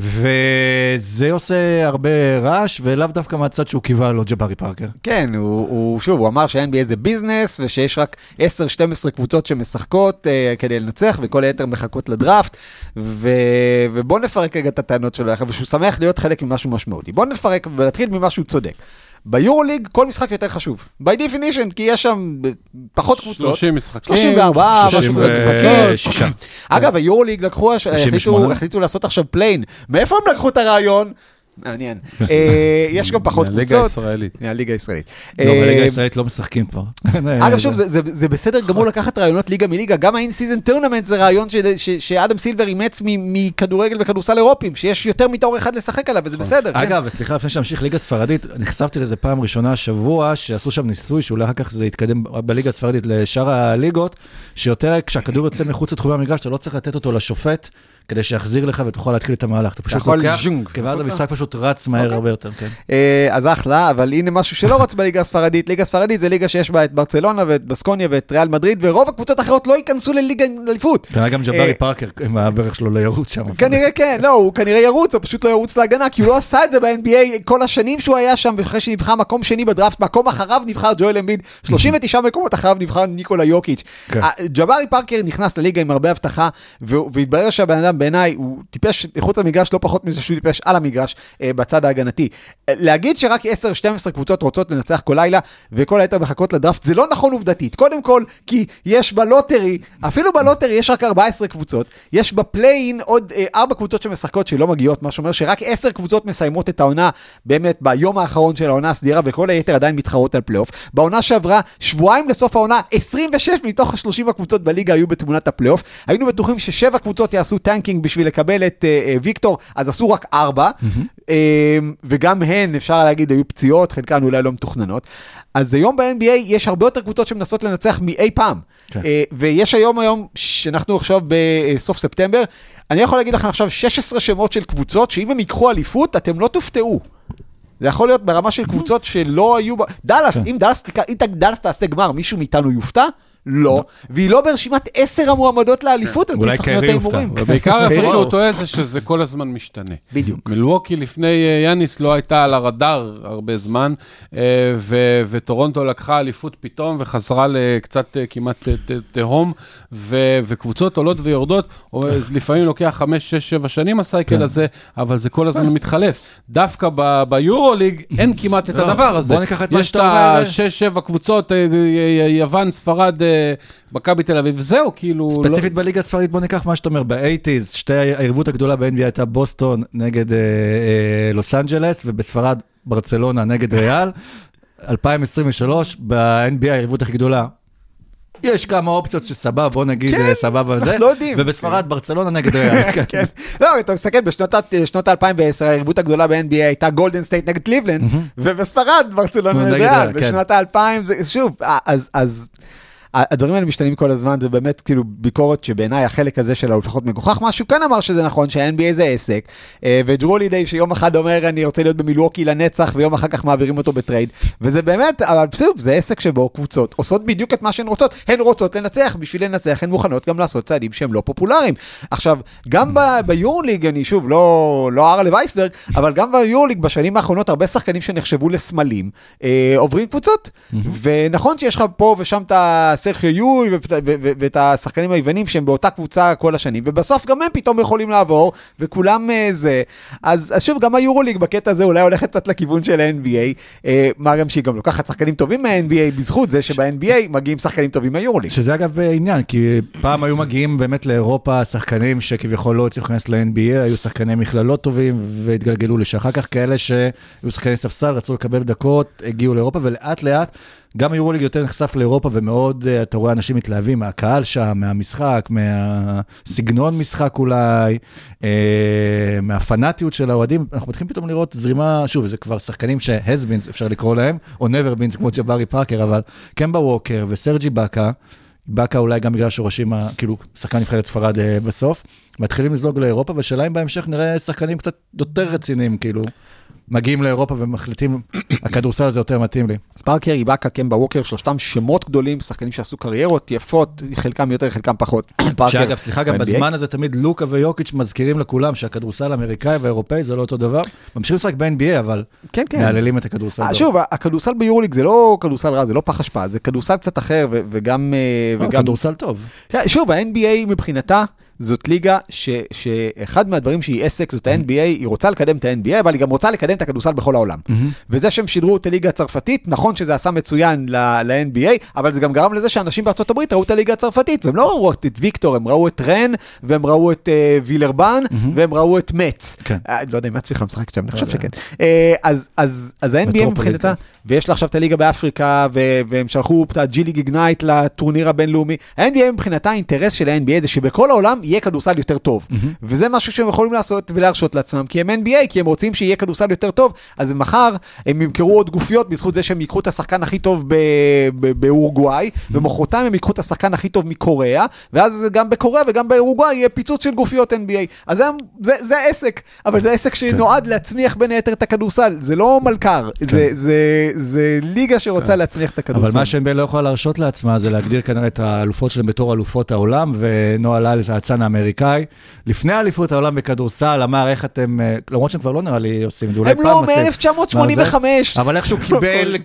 E: וזה עושה הרבה רעש, ולאו דווקא מהצד שהוא קיווה לו ג'בארי פארקר.
D: כן, הוא, הוא, שוב, הוא אמר ש-אן בי איי זה ביזנס, ושיש רק עשר שתים עשרה קבוצות שמשחקות uh, כדי לנצח, וכל היתר מחכות לדראפט, ו... ובוא נפרק רגע את הטענות שלו, ושהוא שמח להיות חלק ממשהו משמעותי. בוא נפרק ולהתחיל ממה שהוא צודק. ביורוליג כל משחק יותר חשוב. by definition, כי יש שם פחות קבוצות.
A: שלושים משחקים.
D: שלושים וארבע
E: שלושים
D: משחקים.
E: ושישה.
D: אגב, היורוליג לקחו,
E: שלושים
D: החליטו,
E: ושמונה.
D: החליטו לעשות עכשיו פליין. מאיפה הם לקחו את הרעיון? מעניין. אה, יש גם פחות קבוצות.
A: מהליגה הישראלית.
D: מהליגה הישראלית.
E: לא, בליגה
D: אה,
E: הישראלית לא משחקים כבר.
D: אגב, שוב, זה, זה, זה בסדר גמור לקחת רעיונות ליגה מליגה, גם האין-סיזן טורנמנט זה רעיון ש, ש, שאדם סילבר אימץ מ- מכדורגל וכדורסל אירופים, שיש יותר מתור אחד לשחק עליו, וזה בסדר. כן.
E: אגב, סליחה, לפני שנמשיך, ליגה ספרדית, נחשפתי לזה פעם ראשונה השבוע, שעשו שם ניסוי, שאולי אחר כך זה יתקדם בליגה הספרדית לשאר הליגות, שיותר כשהכדור יוצא מחוץ לתחומי המגרש, אתה לא צריך לתת אותו לשופט, כדי שיחזיר לך ותוכל להתחיל את המהלך. אתה פשוט
D: יכול
E: לוקח,
D: ז'ונג.
E: כי ואז המשחק פשוט רץ מהר הרבה יותר, כן.
D: אה, אז אחלה, אבל הנה משהו שלא רץ בליגה הספרדית. ליגה הספרדית זה ליגה שיש בה את ברצלונה ואת בסקוניה ואת ריאל מדריד, ורוב הקבוצות האחרות לא ייכנסו לליגה אליפות.
E: והיה גם
D: אה,
E: ג'בארי פארקר, עם הברך שלו לירוץ שם.
D: כנראה כן, לא, הוא כנראה ירוץ, הוא פשוט לא ירוץ להגנה, כי הוא לא עשה את זה ב-אן בי איי כל השנים שהוא היה שם, ואחרי שנבחר מקום שני בדראפט, מקום אחריו נבחר ג'ואל אמביד, שלושים ותשעה מקומות אחריו נבחר ניקולה יוקיץ'.
E: כן.
D: ג'בארי פארקר נכנס לליגה עם הרבה הבטחה, והתברר שהבן אדם בעיניי הוא טיפש מחוץ למגרש, לא פחות מזה שהוא טיפש על המגרש בצד ההגנתי. להגיד שרק עשר שתים עשרה קבוצות רוצות לנצח כל לילה, וכל היתר מחכות לדראפט, זה לא נכון עובדתית. קודם כל, כי יש בלוטרי, אפילו בלוטרי יש רק ארבע עשרה קבוצות, יש בפליין עוד ארבע קבוצות שמשחקות שלא מגיעות, מה שאומר שרק עשר קבוצות מסיימות את העונה, באמת ביום האחרון של העונה הסדירה, וכל היתר עדיין מתחרות על פלייאוף. בעונה שעברה, שבועיים לסוף העונה, עשרים ושש מתוך ה-שלושים הקבוצות בליגה היו בתמונת הפלייאוף. היינו בטוחים ששבע קבוצות יעשו טנקינג בשביל לקבל את uh, ויקטור, אז עשו רק ארבע, mm-hmm. uh, וגם הן, אפשר להגיד, היו פציעות, חלקן אולי לא מתוכננות. אז היום ב-אן בי איי יש הרבה יותר קבוצות שמנסות לנצח מאי פעם.
E: כן.
D: Uh, ויש היום היום, שאנחנו עכשיו בסוף ספטמבר, אני יכול להגיד לכם עכשיו שש עשרה שמות של קבוצות, שאם הם ייקחו אליפות, אתם לא תופתעו. זה יכול להיות ברמה של קבוצות שלא היו, דלס, אם דלס תעשה גמר, מישהו מאיתנו יופתע? לא, והיא לא ברשימת עשר המועמדות לאליפות על פי סוכנויות ההימורים.
A: ובעיקר איפה שהוא טועה זה שזה כל הזמן משתנה.
D: בדיוק.
A: מילווקי לפני יאניס לא הייתה על הרדאר הרבה זמן, וטורונטו לקחה אליפות פתאום וחזרה לקצת כמעט תהום, וקבוצות עולות ויורדות, לפעמים לוקח חמש, שש, שבע שנים הסייקל הזה, אבל זה כל הזמן מתחלף. דווקא ביורוליג אין כמעט את הדבר הזה. יש את השש, שבע קבוצות, יוון, ספרד, מכבי תל אביב, זהו, כאילו...
E: ספציפית בליגה הספרדית, בוא ניקח מה שאתה אומר, ב-שמונים, שתי הערבות הגדולה ב-אן בי איי הייתה בוסטון נגד לוס אנג'לס, ובספרד ברצלונה נגד ריאל. אלפיים עשרים ושלוש, ב-אן בי איי הערבות הכי גדולה, יש כמה אופציות שסבבה, בוא נגיד סבבה וזה, ובספרד ברצלונה נגד ריאל.
D: כן, לא, אתה מסתכל, בשנות אלפיים ועשר, הערבות הגדולה ב-אן בי איי הייתה גולדן סטייט נגד קליבלנד, ובספרד ברצלונה נגד ריאל, בשנות האלפיים, שוב, אז... הדברים האלה משתנים כל הזמן, זה באמת כאילו ביקורת שבעיניי החלק הזה שלה הוא לפחות מגוחך, משהו כאן אמר שזה נכון, שה-אן בי איי זה עסק, וג'רו הולידיי שיום אחד אומר אני רוצה להיות במילווקי לנצח, ויום אחר כך מעבירים אותו בטרייד, וזה באמת, אבל בסוף, זה עסק שבו קבוצות עושות בדיוק את מה שהן רוצות, הן רוצות לנצח, בשביל לנצח הן מוכנות גם לעשות צעדים שהם לא פופולריים. עכשיו, גם ביורוליג, אני שוב, לא ארלה וייסברג, אבל גם ביורוליג בשנים האחרונות הרבה שחקנים שנחשבו לסמלים, עוברים קבוצות, ונכון שיש לך פה ושם את סרחיו יוי ואת השחקנים היוונים שהם באותה קבוצה כל השנים, ובסוף גם הם פתאום יכולים לעבור, וכולם זה. אז שוב, גם היורוליג בקטע הזה אולי הולכת קצת לכיוון של ה-אן בי איי, מה גם שהיא גם לוקחת שחקנים טובים מה-אן בי איי, בזכות זה שב-אן בי איי מגיעים שחקנים טובים מהיורוליג.
E: שזה אגב עניין, כי פעם היו מגיעים באמת לאירופה שחקנים שכביכול לא הצליחו להיכנס ל-אן בי איי, היו שחקני מכללות טובים והתגלגלו לשאחר כך כאלה שהיו שחקני ספסל, רצו לקבל דקות, הגיעו לאירופה, ולאט לאט גם היורוליג יותר נחשף לאירופה, ומאוד, אתה רואה אנשים מתלהבים מהקהל שם, מהמשחק, מהסגנון משחק אולי, מהפנאטיות של האוהדים. אנחנו מתחילים פתאום לראות זרימה, שוב, זה כבר שחקנים ש-has-beens אפשר לקרוא להם, או never-beens כמו ג'בארי פארקר, אבל קמבה ווקר וסרג'י בקה, בקה אולי גם בגלל שורשים, כאילו, שחקן נבחרת ספרד בסוף, מתחילים לזלוג לאירופה, ושאלה אם בהמשך נראה שחקנים קצת יותר רציניים, כאילו, מגיעים לאירופה ומחליטים, הכדורסל הזה יותר מתאים לי.
D: פארקר, איבאקה, קמבה ווקר, שלושתם שמות גדולים, שחקנים שעשו קריירות יפות, חלקם יותר, חלקם פחות.
E: שאגב, סליחה, גם בזמן הזה תמיד לוקה ויוקיץ' מזכירים לכולם שהכדורסל האמריקאי והאירופאי זה לא אותו דבר. ממשיכים לשחק ב-אן בי איי, אבל מעללים את הכדורסל.
D: שוב, הכדורסל ביורוליג זה לא כדורסל רע, זה לא פח השפעה, זה כדורסל קצת אחר וגם...
E: כדורסל טוב.
D: שוב, ה-אן בי איי מבחינתה זאת ליגה ש, שאחד מהדברים שהיא עסק, זאת ה-אן בי איי, היא רוצה לקדם את ה-אן בי איי, אבל היא גם רוצה לקדם את הכדורסל בכל העולם. Mm-hmm. וזה שהם שידרו את הליגה הצרפתית, נכון שזה עשה מצוין ל-אן בי איי, אבל זה גם גרם לזה שאנשים בארצות הברית ראו את הליגה הצרפתית, והם לא ראו את ויקטור, הם ראו את רן, והם ראו את uh, וילרבן, mm-hmm. והם ראו את מצ. כן. Uh, לא יודע אם מצ צריכה משחק שם, אני חושב שכן. Uh, אז, אז, אז ה-אן בי איי מבחינתה, ויש לה עכשיו את הליגה באפריקה, ו- והם שלחו את הג'י ליג איגנייט לטורניר הבינלאומי. ה-אן בי איי מבחינתה, האינטרס של ה-אן בי איי זה שבכל העולם יהיה כדורסל יותר טוב. Mm-hmm. וזה משהו שהם יכולים לעשות ולהרשות לעצמם, כי הם אן בי איי, כי הם רוצים שיהיה כדורסל יותר טוב, אז מחר הם ימכרו עוד גופיות בזכות זה שהם ייקחו את השחקן הכי טוב באורוגוואי, mm-hmm. ומחרתיים הם ייקחו את השחקן הכי טוב מקוריאה, ואז גם בקוריאה וגם באורוגוואי יהיה פיצוץ של גופיות אן בי איי. אז זה, זה, זה עסק, אבל זה עסק שנועד להצמיח בין היתר את הכדורסל. זה לא מלכר, כן. זה, זה, זה ליגה שרוצה כן. להצמיח את הכדורסל.
E: אבל מה שהם לא יכולה להרשות לעצמה זה להגדיר כנראה את האלופות שלהם בתור אלופות העולם, ונועה ללס, הצאן האמריקאי, לפני האליפות העולם בכדורסל, אמר איך אתם, למרות שהם כבר לא נראה לי עושים,
D: הם לא, מ-אלף תשע מאות שמונים וחמש.
E: אבל איכשהו קיבל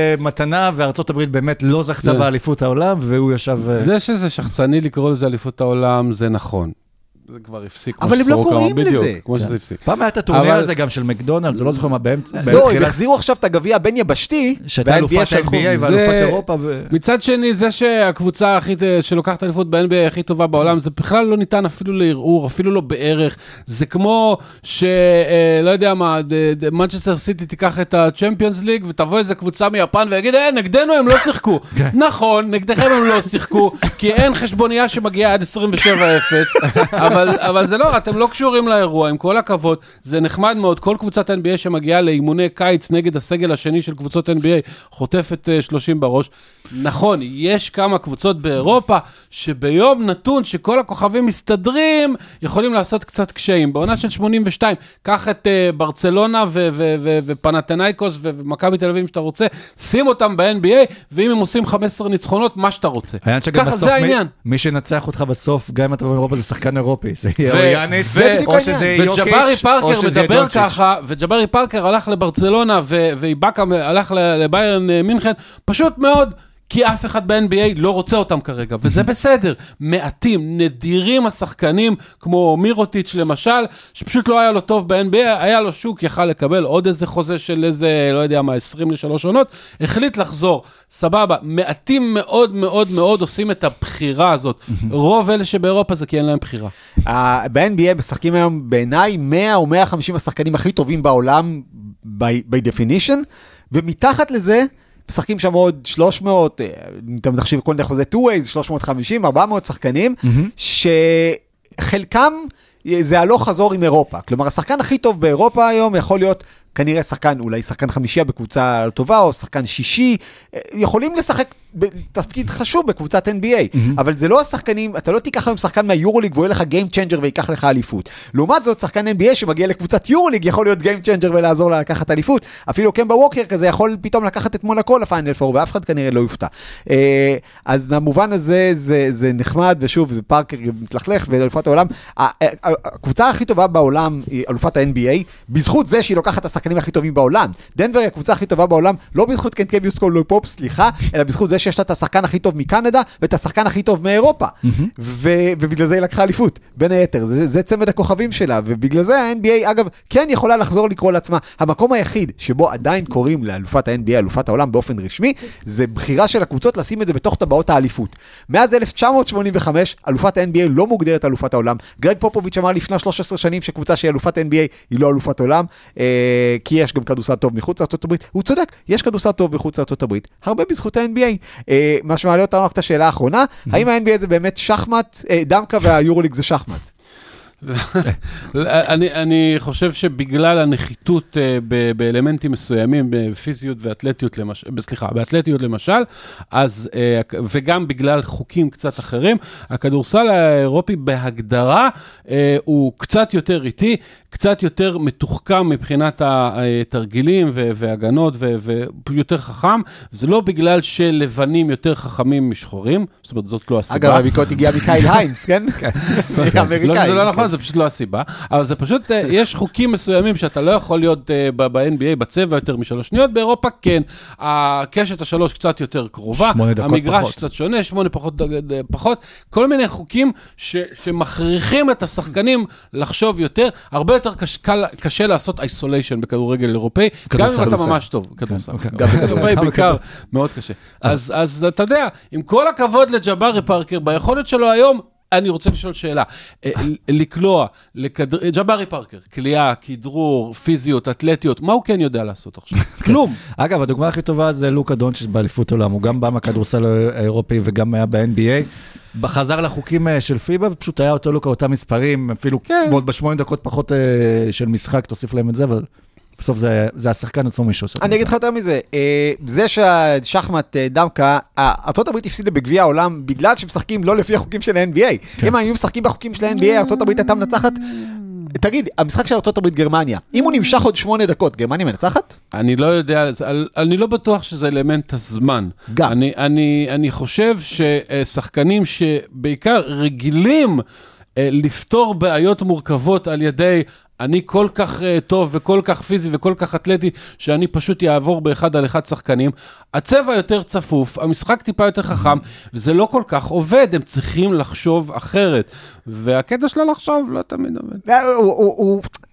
E: מתנה, וארצות הברית באמת לא זכתה באליפות העולם, והוא ישב...
A: זה שזה שחצני לקרוא לזה אליפות העולם, זה נכון. זה כבר הפסיק.
D: אבל הם לא קוראים לזה.
A: כמו שזה הפסיק.
E: פעם היה את הטורניר הזה גם של מקדונלד, זה לא זוכר מה באמצע.
D: לא, הם החזירו עכשיו את הגביע הבין יבשתי,
E: שהייתה אלופת אן בי איי ואלופת אירופה.
A: מצד שני, זה שהקבוצה שלוקחת אליפות ב-אן בי איי הכי טובה בעולם, זה בכלל לא ניתן אפילו לערעור, אפילו לא בערך. זה כמו ש... לא יודע מה, מנצ'סטר סיטי תיקח את הצ'מפיונס ליג, ותבוא איזה קבוצה מיפן ויגיד, אה, נגדנו הם לא שיחקו. נכון, נגדכם הם לא שיחקו, כי אין חשבוניה שמגיעה עד עשרים ושבע אפס, אבל, אבל זה לא, אתם לא קשורים לאירוע, עם כל הכבוד, זה נחמד מאוד, כל קבוצת אן בי איי שמגיעה לאימוני קיץ נגד הסגל השני של קבוצות אן בי איי, חוטפת שלושים בראש. נכון, יש כמה קבוצות באירופה, שביום נתון שכל הכוכבים מסתדרים, יכולים לעשות קצת קשיים. בעונה של שמונים ושתיים, קח את uh, ברצלונה ו- ו- ו- ופנתנייקוס ומכבי תל אביב שאתה רוצה, שים אותם ב-אן בי איי, ואם הם עושים חמש עשרה ניצחונות, מה שאתה רוצה. ככה זה העניין.
E: מי שנצח אותך בסוף, גם אם אתה באירופה, זה שחקן אירופי. זה יהיה או יאניס, או שזה יוקיץ', או שזה דונצ'יץ'.
A: וג'בארי פארקר הלך לברצלונה, ואיבאקה הלך לביירן מינכן, פשוט מאוד, כי אף אחד ב-אן בי איי לא רוצה אותם כרגע, וזה בסדר. מעטים, נדירים השחקנים, כמו מירוטיץ' למשל, שפשוט לא היה לו טוב ב-אן בי איי, היה לו שוק, יכל לקבל עוד איזה חוזה של איזה, לא יודע מה, עשרים ושלוש עונות, החליט לחזור, סבבה. מעטים מאוד מאוד מאוד עושים את הבחירה הזאת. רוב אלה שבאירופה זה כי אין להם בחירה.
D: ב-אן בי איי משחקים היום בעיניי מאה או מאה וחמישים השחקנים הכי טובים בעולם, by definition, ומתחת לזה, משחקים שם עוד שלוש מאות, אתה מתחשיב כל דרך זה two-ways, שלוש מאות וחמישים, ארבע מאות שחקנים, שחלקם זה הלוך חזור עם אירופה. כלומר, השחקן הכי טוב באירופה היום יכול להיות כנראה שחקן, אולי שחקן חמישייה בקבוצה טובה, או שחקן שישי, יכולים לשחק בתפקיד חשוב בקבוצת אן בי איי, אבל זה לא השחקנים, אתה לא תיקח היום שחקן מהיורוליג, והוא יהיה לך גיים צ'יינג'ר ויקח לך אליפות. לעומת זאת, שחקן אן בי איי שמגיע לקבוצת יורוליג, יכול להיות גיים צ'יינג'ר ולעזור לה לקחת אליפות. אפילו קמבה ווקר כזה יכול פתאום לקחת את מונאקו לפיינל פור, ואף אחד כנראה לא יופתע. אז במובן הזה, זה, זה נחמד, ושוב, זה פארקר מתלכלך, ואלופת העולם, הקבוצה הכי טובה בעולם היא אלופת ה-אן בי איי, בזכות זה שהיא לוקחת את השחקנים הכי טובים בעולם. דנבר היא הקבוצה הכי טובה בעולם, לא בזכות קנטקביוס קולופופ, סליחה, אלא בזכות זה שיש לה את השחקן הכי טוב מקנדה, ואת השחקן הכי טוב מאירופה. ובגלל זה היא לקחה אליפות, בין היתר. זה צמד הכוכבים שלה, ובגלל זה ה-אן בי איי, אגב, כן יכולה לחזור לקרוא לעצמה. המקום היחיד שבו עדיין קוראים לאלופת ה-אן בי איי, אלופת העולם באופן רשמי, זה בחירה של הקבוצות לשים את זה בתוך טבעות האליפות. מאז אלף תשע מאות שמונים וחמש, אלופת ה-אן בי איי לא מוגדרת אלופת העולם. גרג פופוביץ' אמר לפני שלוש עשרה שנים שקבוצה שהיא אלופת ה-אן בי איי היא לא אלופת עולם, אה, כי יש גם כדורסל טוב מחוץ לארצות הברית. הוא צודק, יש כדורסל טוב מחוץ לארצות הברית, הרבה בזכות ה-אן בי איי. אה, מה שמעלה אותנו רק את השאלה האחרונה, האם ה-אן בי איי זה באמת שחמט, אה, דמקה והיורוליג זה שחמט?
A: אני, אני חושב שבגלל הנחיתות ב- באלמנטים מסוימים, בפיזיות ואתלטיות למשל, סליחה, באתלטיות למשל, אז, וגם בגלל חוקים קצת אחרים, הכדורסל האירופי בהגדרה הוא קצת יותר איטי, קצת יותר מתוחכם מבחינת התרגילים והגנות ויותר חכם. זה לא בגלל שלבנים יותר חכמים משחורים, זאת אומרת, זאת לא הסיבה.
D: אגב, הביקורת הגיעה מקייל היינס, כן?
A: לא, זה לא נכון, זה פשוט לא הסיבה. אבל זה פשוט, יש חוקים מסוימים שאתה לא יכול להיות ב-אן בי איי בצבע יותר משלוש שניות, באירופה כן. הקשת השלוש קצת יותר קרובה, המגרש קצת שונה, שמונה פחות, פחות. כל מיני חוקים שמכריחים את השחקנים לחשוב יותר, הרבה יותר קשה לעשות איסוליישן בכדורגל אירופאי, גם אם אתה ממש טוב, כדורסל. אירופאי בעיקר מאוד קשה. אז אתה יודע, עם כל הכבוד לג'בארי פארקר, ביכולת שלו היום, אני רוצה לשאול שאלה, לקלוע, ג'בארי פארקר, קליעה, כדרור, פיזיות, אתלטיות, מה הוא כן יודע לעשות עכשיו? כלום.
E: אגב, הדוגמה הכי טובה זה לוקה דונצ'יץ' באליפות העולם, הוא גם בא מהכדורסל האירופי וגם היה ב-אן בי איי, בחזר לחוקים של פיבה, ופשוט היה אותו לוקה, אותם מספרים, אפילו ועוד בשמונה דקות פחות של משחק, תוסיף להם את זה, אבל בסוף זה, זה השחקן עצמו מישהו.
D: אני אגיד לך יותר מזה, זה שהשחמט דמקה, ארצות הברית הפסידה בגביע העולם, בגלל שמשחקים לא לפי החוקים של ה-אן בי איי. אם היו משחקים בחוקים של ה-אן בי איי, ארצות הברית הייתה מנצחת. תגיד, המשחק של ארצות הברית גרמניה, אם הוא נמשך עוד שמונה דקות, גרמניה מנצחת?
A: אני לא יודע, אני לא בטוח שזה אלמנט הזמן. גם. אני, אני, אני חושב ששחקנים שבעיקר רגילים לפתור בעיות מורכבות על ידי אני כל כך uh, טוב וכל כך פיזי וכל כך אתלטי, שאני פשוט יעבור באחד על אחד שחקנים. הצבע יותר צפוף, המשחק טיפה יותר חכם, וזה לא כל כך עובד, הם צריכים לחשוב אחרת. והקטע שלה לחשוב לא תמיד עובד.
D: הוא, הוא, הוא,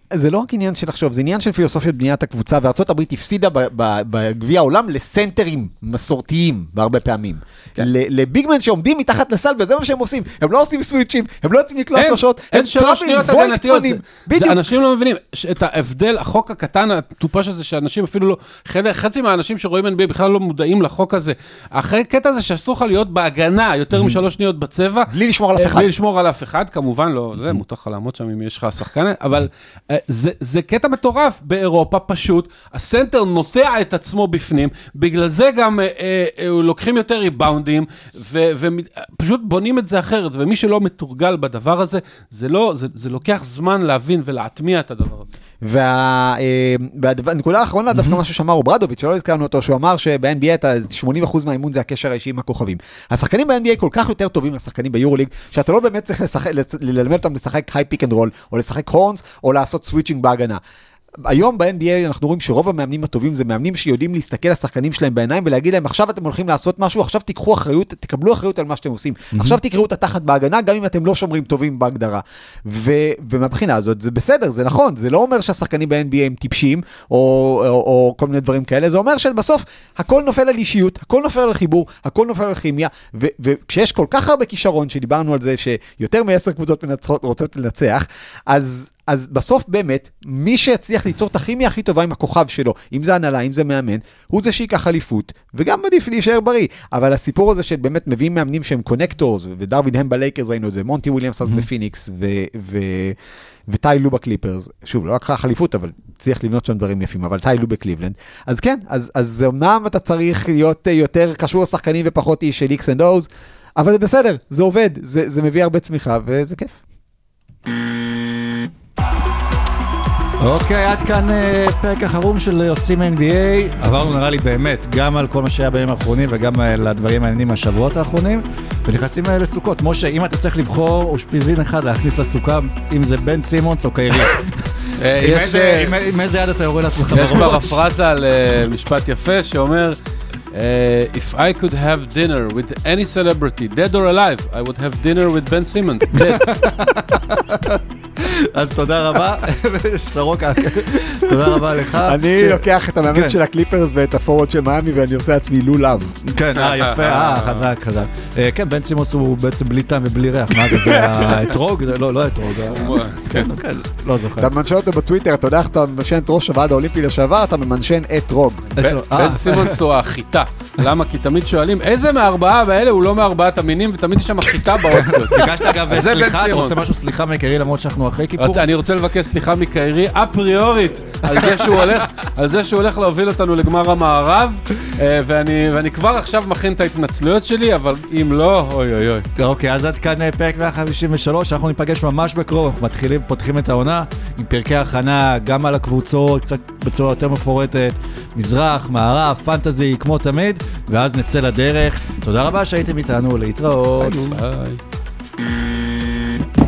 D: זה לא רק עניין של לחשוב, זה עניין של פילוסופיית בניית הקבוצה, וארצות הברית הפסידה בגביע העולם לסנטרים מסורתיים, בהרבה פעמים. לביגמן שעומדים מתחת לסל, וזה מה שהם עושים. הם לא עושים סוויצ'ים, הם לא יוצאים לקלוע שלושות,
A: אין שלוש שניות הגנתיות. אנשים לא מבינים את ההבדל, החוק הקטן, הטופש הזה, שאנשים אפילו לא, חצי מהאנשים שרואים אן בי איי בכלל לא מודעים לחוק הזה. אחרי קטע הזה שאסור לך להיות בהגנה יותר משלוש שניות בצבע.
D: בלי לשמור על אף אחד.
A: בלי לשמור על אף אחד, כמובן לא, זה מותר לך לעמוד שם אם יש לך שחקן, אבל זה, זה קטע מטורף באירופה, פשוט, הסנטר נוטע את עצמו בפנים, בגלל זה גם אה, אה, לוקחים יותר ריבאונדים, ופשוט בונים את זה אחרת, ומי שלא מתורגל בדבר הזה, זה לא, זה, זה לוקח זמן להבין ולהטמיע את הדבר הזה.
D: והנקודה האחרונה, דווקא משהו שאמר ברדוביץ', שלא הזכרנו אותו, שהוא אמר שב-אן בי איי שמונים אחוז מהאימון זה הקשר האישי עם הכוכבים. השחקנים ב-אן בי איי כל כך יותר טובים מהשחקנים ביורוליג, שאתה לא באמת צריך ללמד אותם לשחק היי פיק אנד רול, או לשחק הורנס, או לעשות סוויצ'ינג בהגנה. היום ב-אן בי איי אנחנו רואים שרוב המאמנים הטובים זה מאמנים שיודעים להסתכל לשחקנים שלהם בעיניים ולהגיד להם, עכשיו אתם הולכים לעשות משהו, עכשיו תיקחו אחריות, תקבלו אחריות על מה שאתם עושים. Mm-hmm. עכשיו תקראו את התחת בהגנה, גם אם אתם לא שומרים טובים בהגדרה. ו- ומבחינה הזאת זה בסדר, זה נכון, זה לא אומר שהשחקנים ב-אן בי איי הם טיפשים, או, או, או כל מיני דברים כאלה, זה אומר שבסוף הכל נופל על אישיות, הכל נופל על חיבור, הכל נופל על כימיה, ו- וכשיש כל כך הרבה כישרון, שדיברנו על זה שיותר מעשר קבוצות מנצחות, רוצות לנצח, אז אז בסוף באמת, מי שיצליח ליצור את הכימיה הכי טובה עם הכוכב שלו, אם זה הנהלה, אם זה מאמן, הוא זה שיקח אליפות, וגם עדיף להישאר בריא. אבל הסיפור הזה שבאמת מביאים מאמנים שהם קונקטורס, ודרווין הם בלייקרס ראינו את זה, מונטי וויליאמס אז בפיניקס, וטי לו בקליפרס, שוב, לא לקחה חליפות, אבל צריך לבנות שם דברים יפים, אבל טי לו בקליבלנד. אז כן, אז אמנם אתה צריך להיות יותר קשור לשחקנים ופחות איש של איקס אנד אוז, אבל זה בסדר, זה עובד, זה מביא הרבה צמיחה, וזה כיף.
E: אוקיי, עד כאן פרק אחרון של עושים אן בי איי. עברנו נראה לי באמת גם על כל מה שהיה בימים האחרונים וגם לדברים העניינים מהשבועות האחרונים, ונכנסים לסוכות. משה, אם אתה צריך לבחור אושפיזין אחד להכניס לסוכה, אם זה בן סימונס או קיירי, עם איזה יד אתה יורד לעצמך בראש?
A: יש פרפרזה על משפט יפה שאומר, if I could have dinner with any celebrity, dead or alive, I would have dinner with Ben Simmons, dead.
E: אז תודה רבה, סורוקה, תודה רבה לך.
D: אני לוקח את המאמן של הקליפרס ואת הפורוורד של מיאמי ואני עושה עצמי לולב.
E: כן, אה, יפה, אה, חזק, חזק. כן, בן סימונס הוא בעצם בלי טעם ובלי ריח. מה זה, זה האתרוג? לא, לא האתרוג. כן, לא זוכר.
D: אתה ממנשן אותו בטוויטר, אתה יודע איך אתה ממנשן את ראש הוועד האולימפי לשעבר, אתה ממנשן אתרוג.
A: בן סימונס הוא החיטה. למה? כי תמיד שואלים, איזה מהארבעה באלה הוא לא מארבעת המינים, ותמיד יש שם החיטה באופציות.
E: ביקשת אגב סליחה, אתה רוצה משהו סליחה מקיירי למרות שאנחנו אחרי כיפור?
A: אני רוצה לבקש סליחה מקיירי אפריורית, על זה שהוא הולך להוביל אותנו לגמר המערב, ואני כבר עכשיו מכין את ההתנצלויות שלי, אבל אם לא, אוי אוי אוי.
E: אוקיי, אז עד כאן פרק מאה חמישים ושלוש, אנחנו ניפגש ממש בקרוב, אנחנו מתחילים, פותחים את העונה, עם פרקי הכנה, גם על הקבוצות, קצת בצורה יותר מפורטת, מזרח, מערב, פנטזי, כמו תמיד, ואז נצא לדרך. תודה רבה שהייתם איתנו, להתראות.
A: ביי.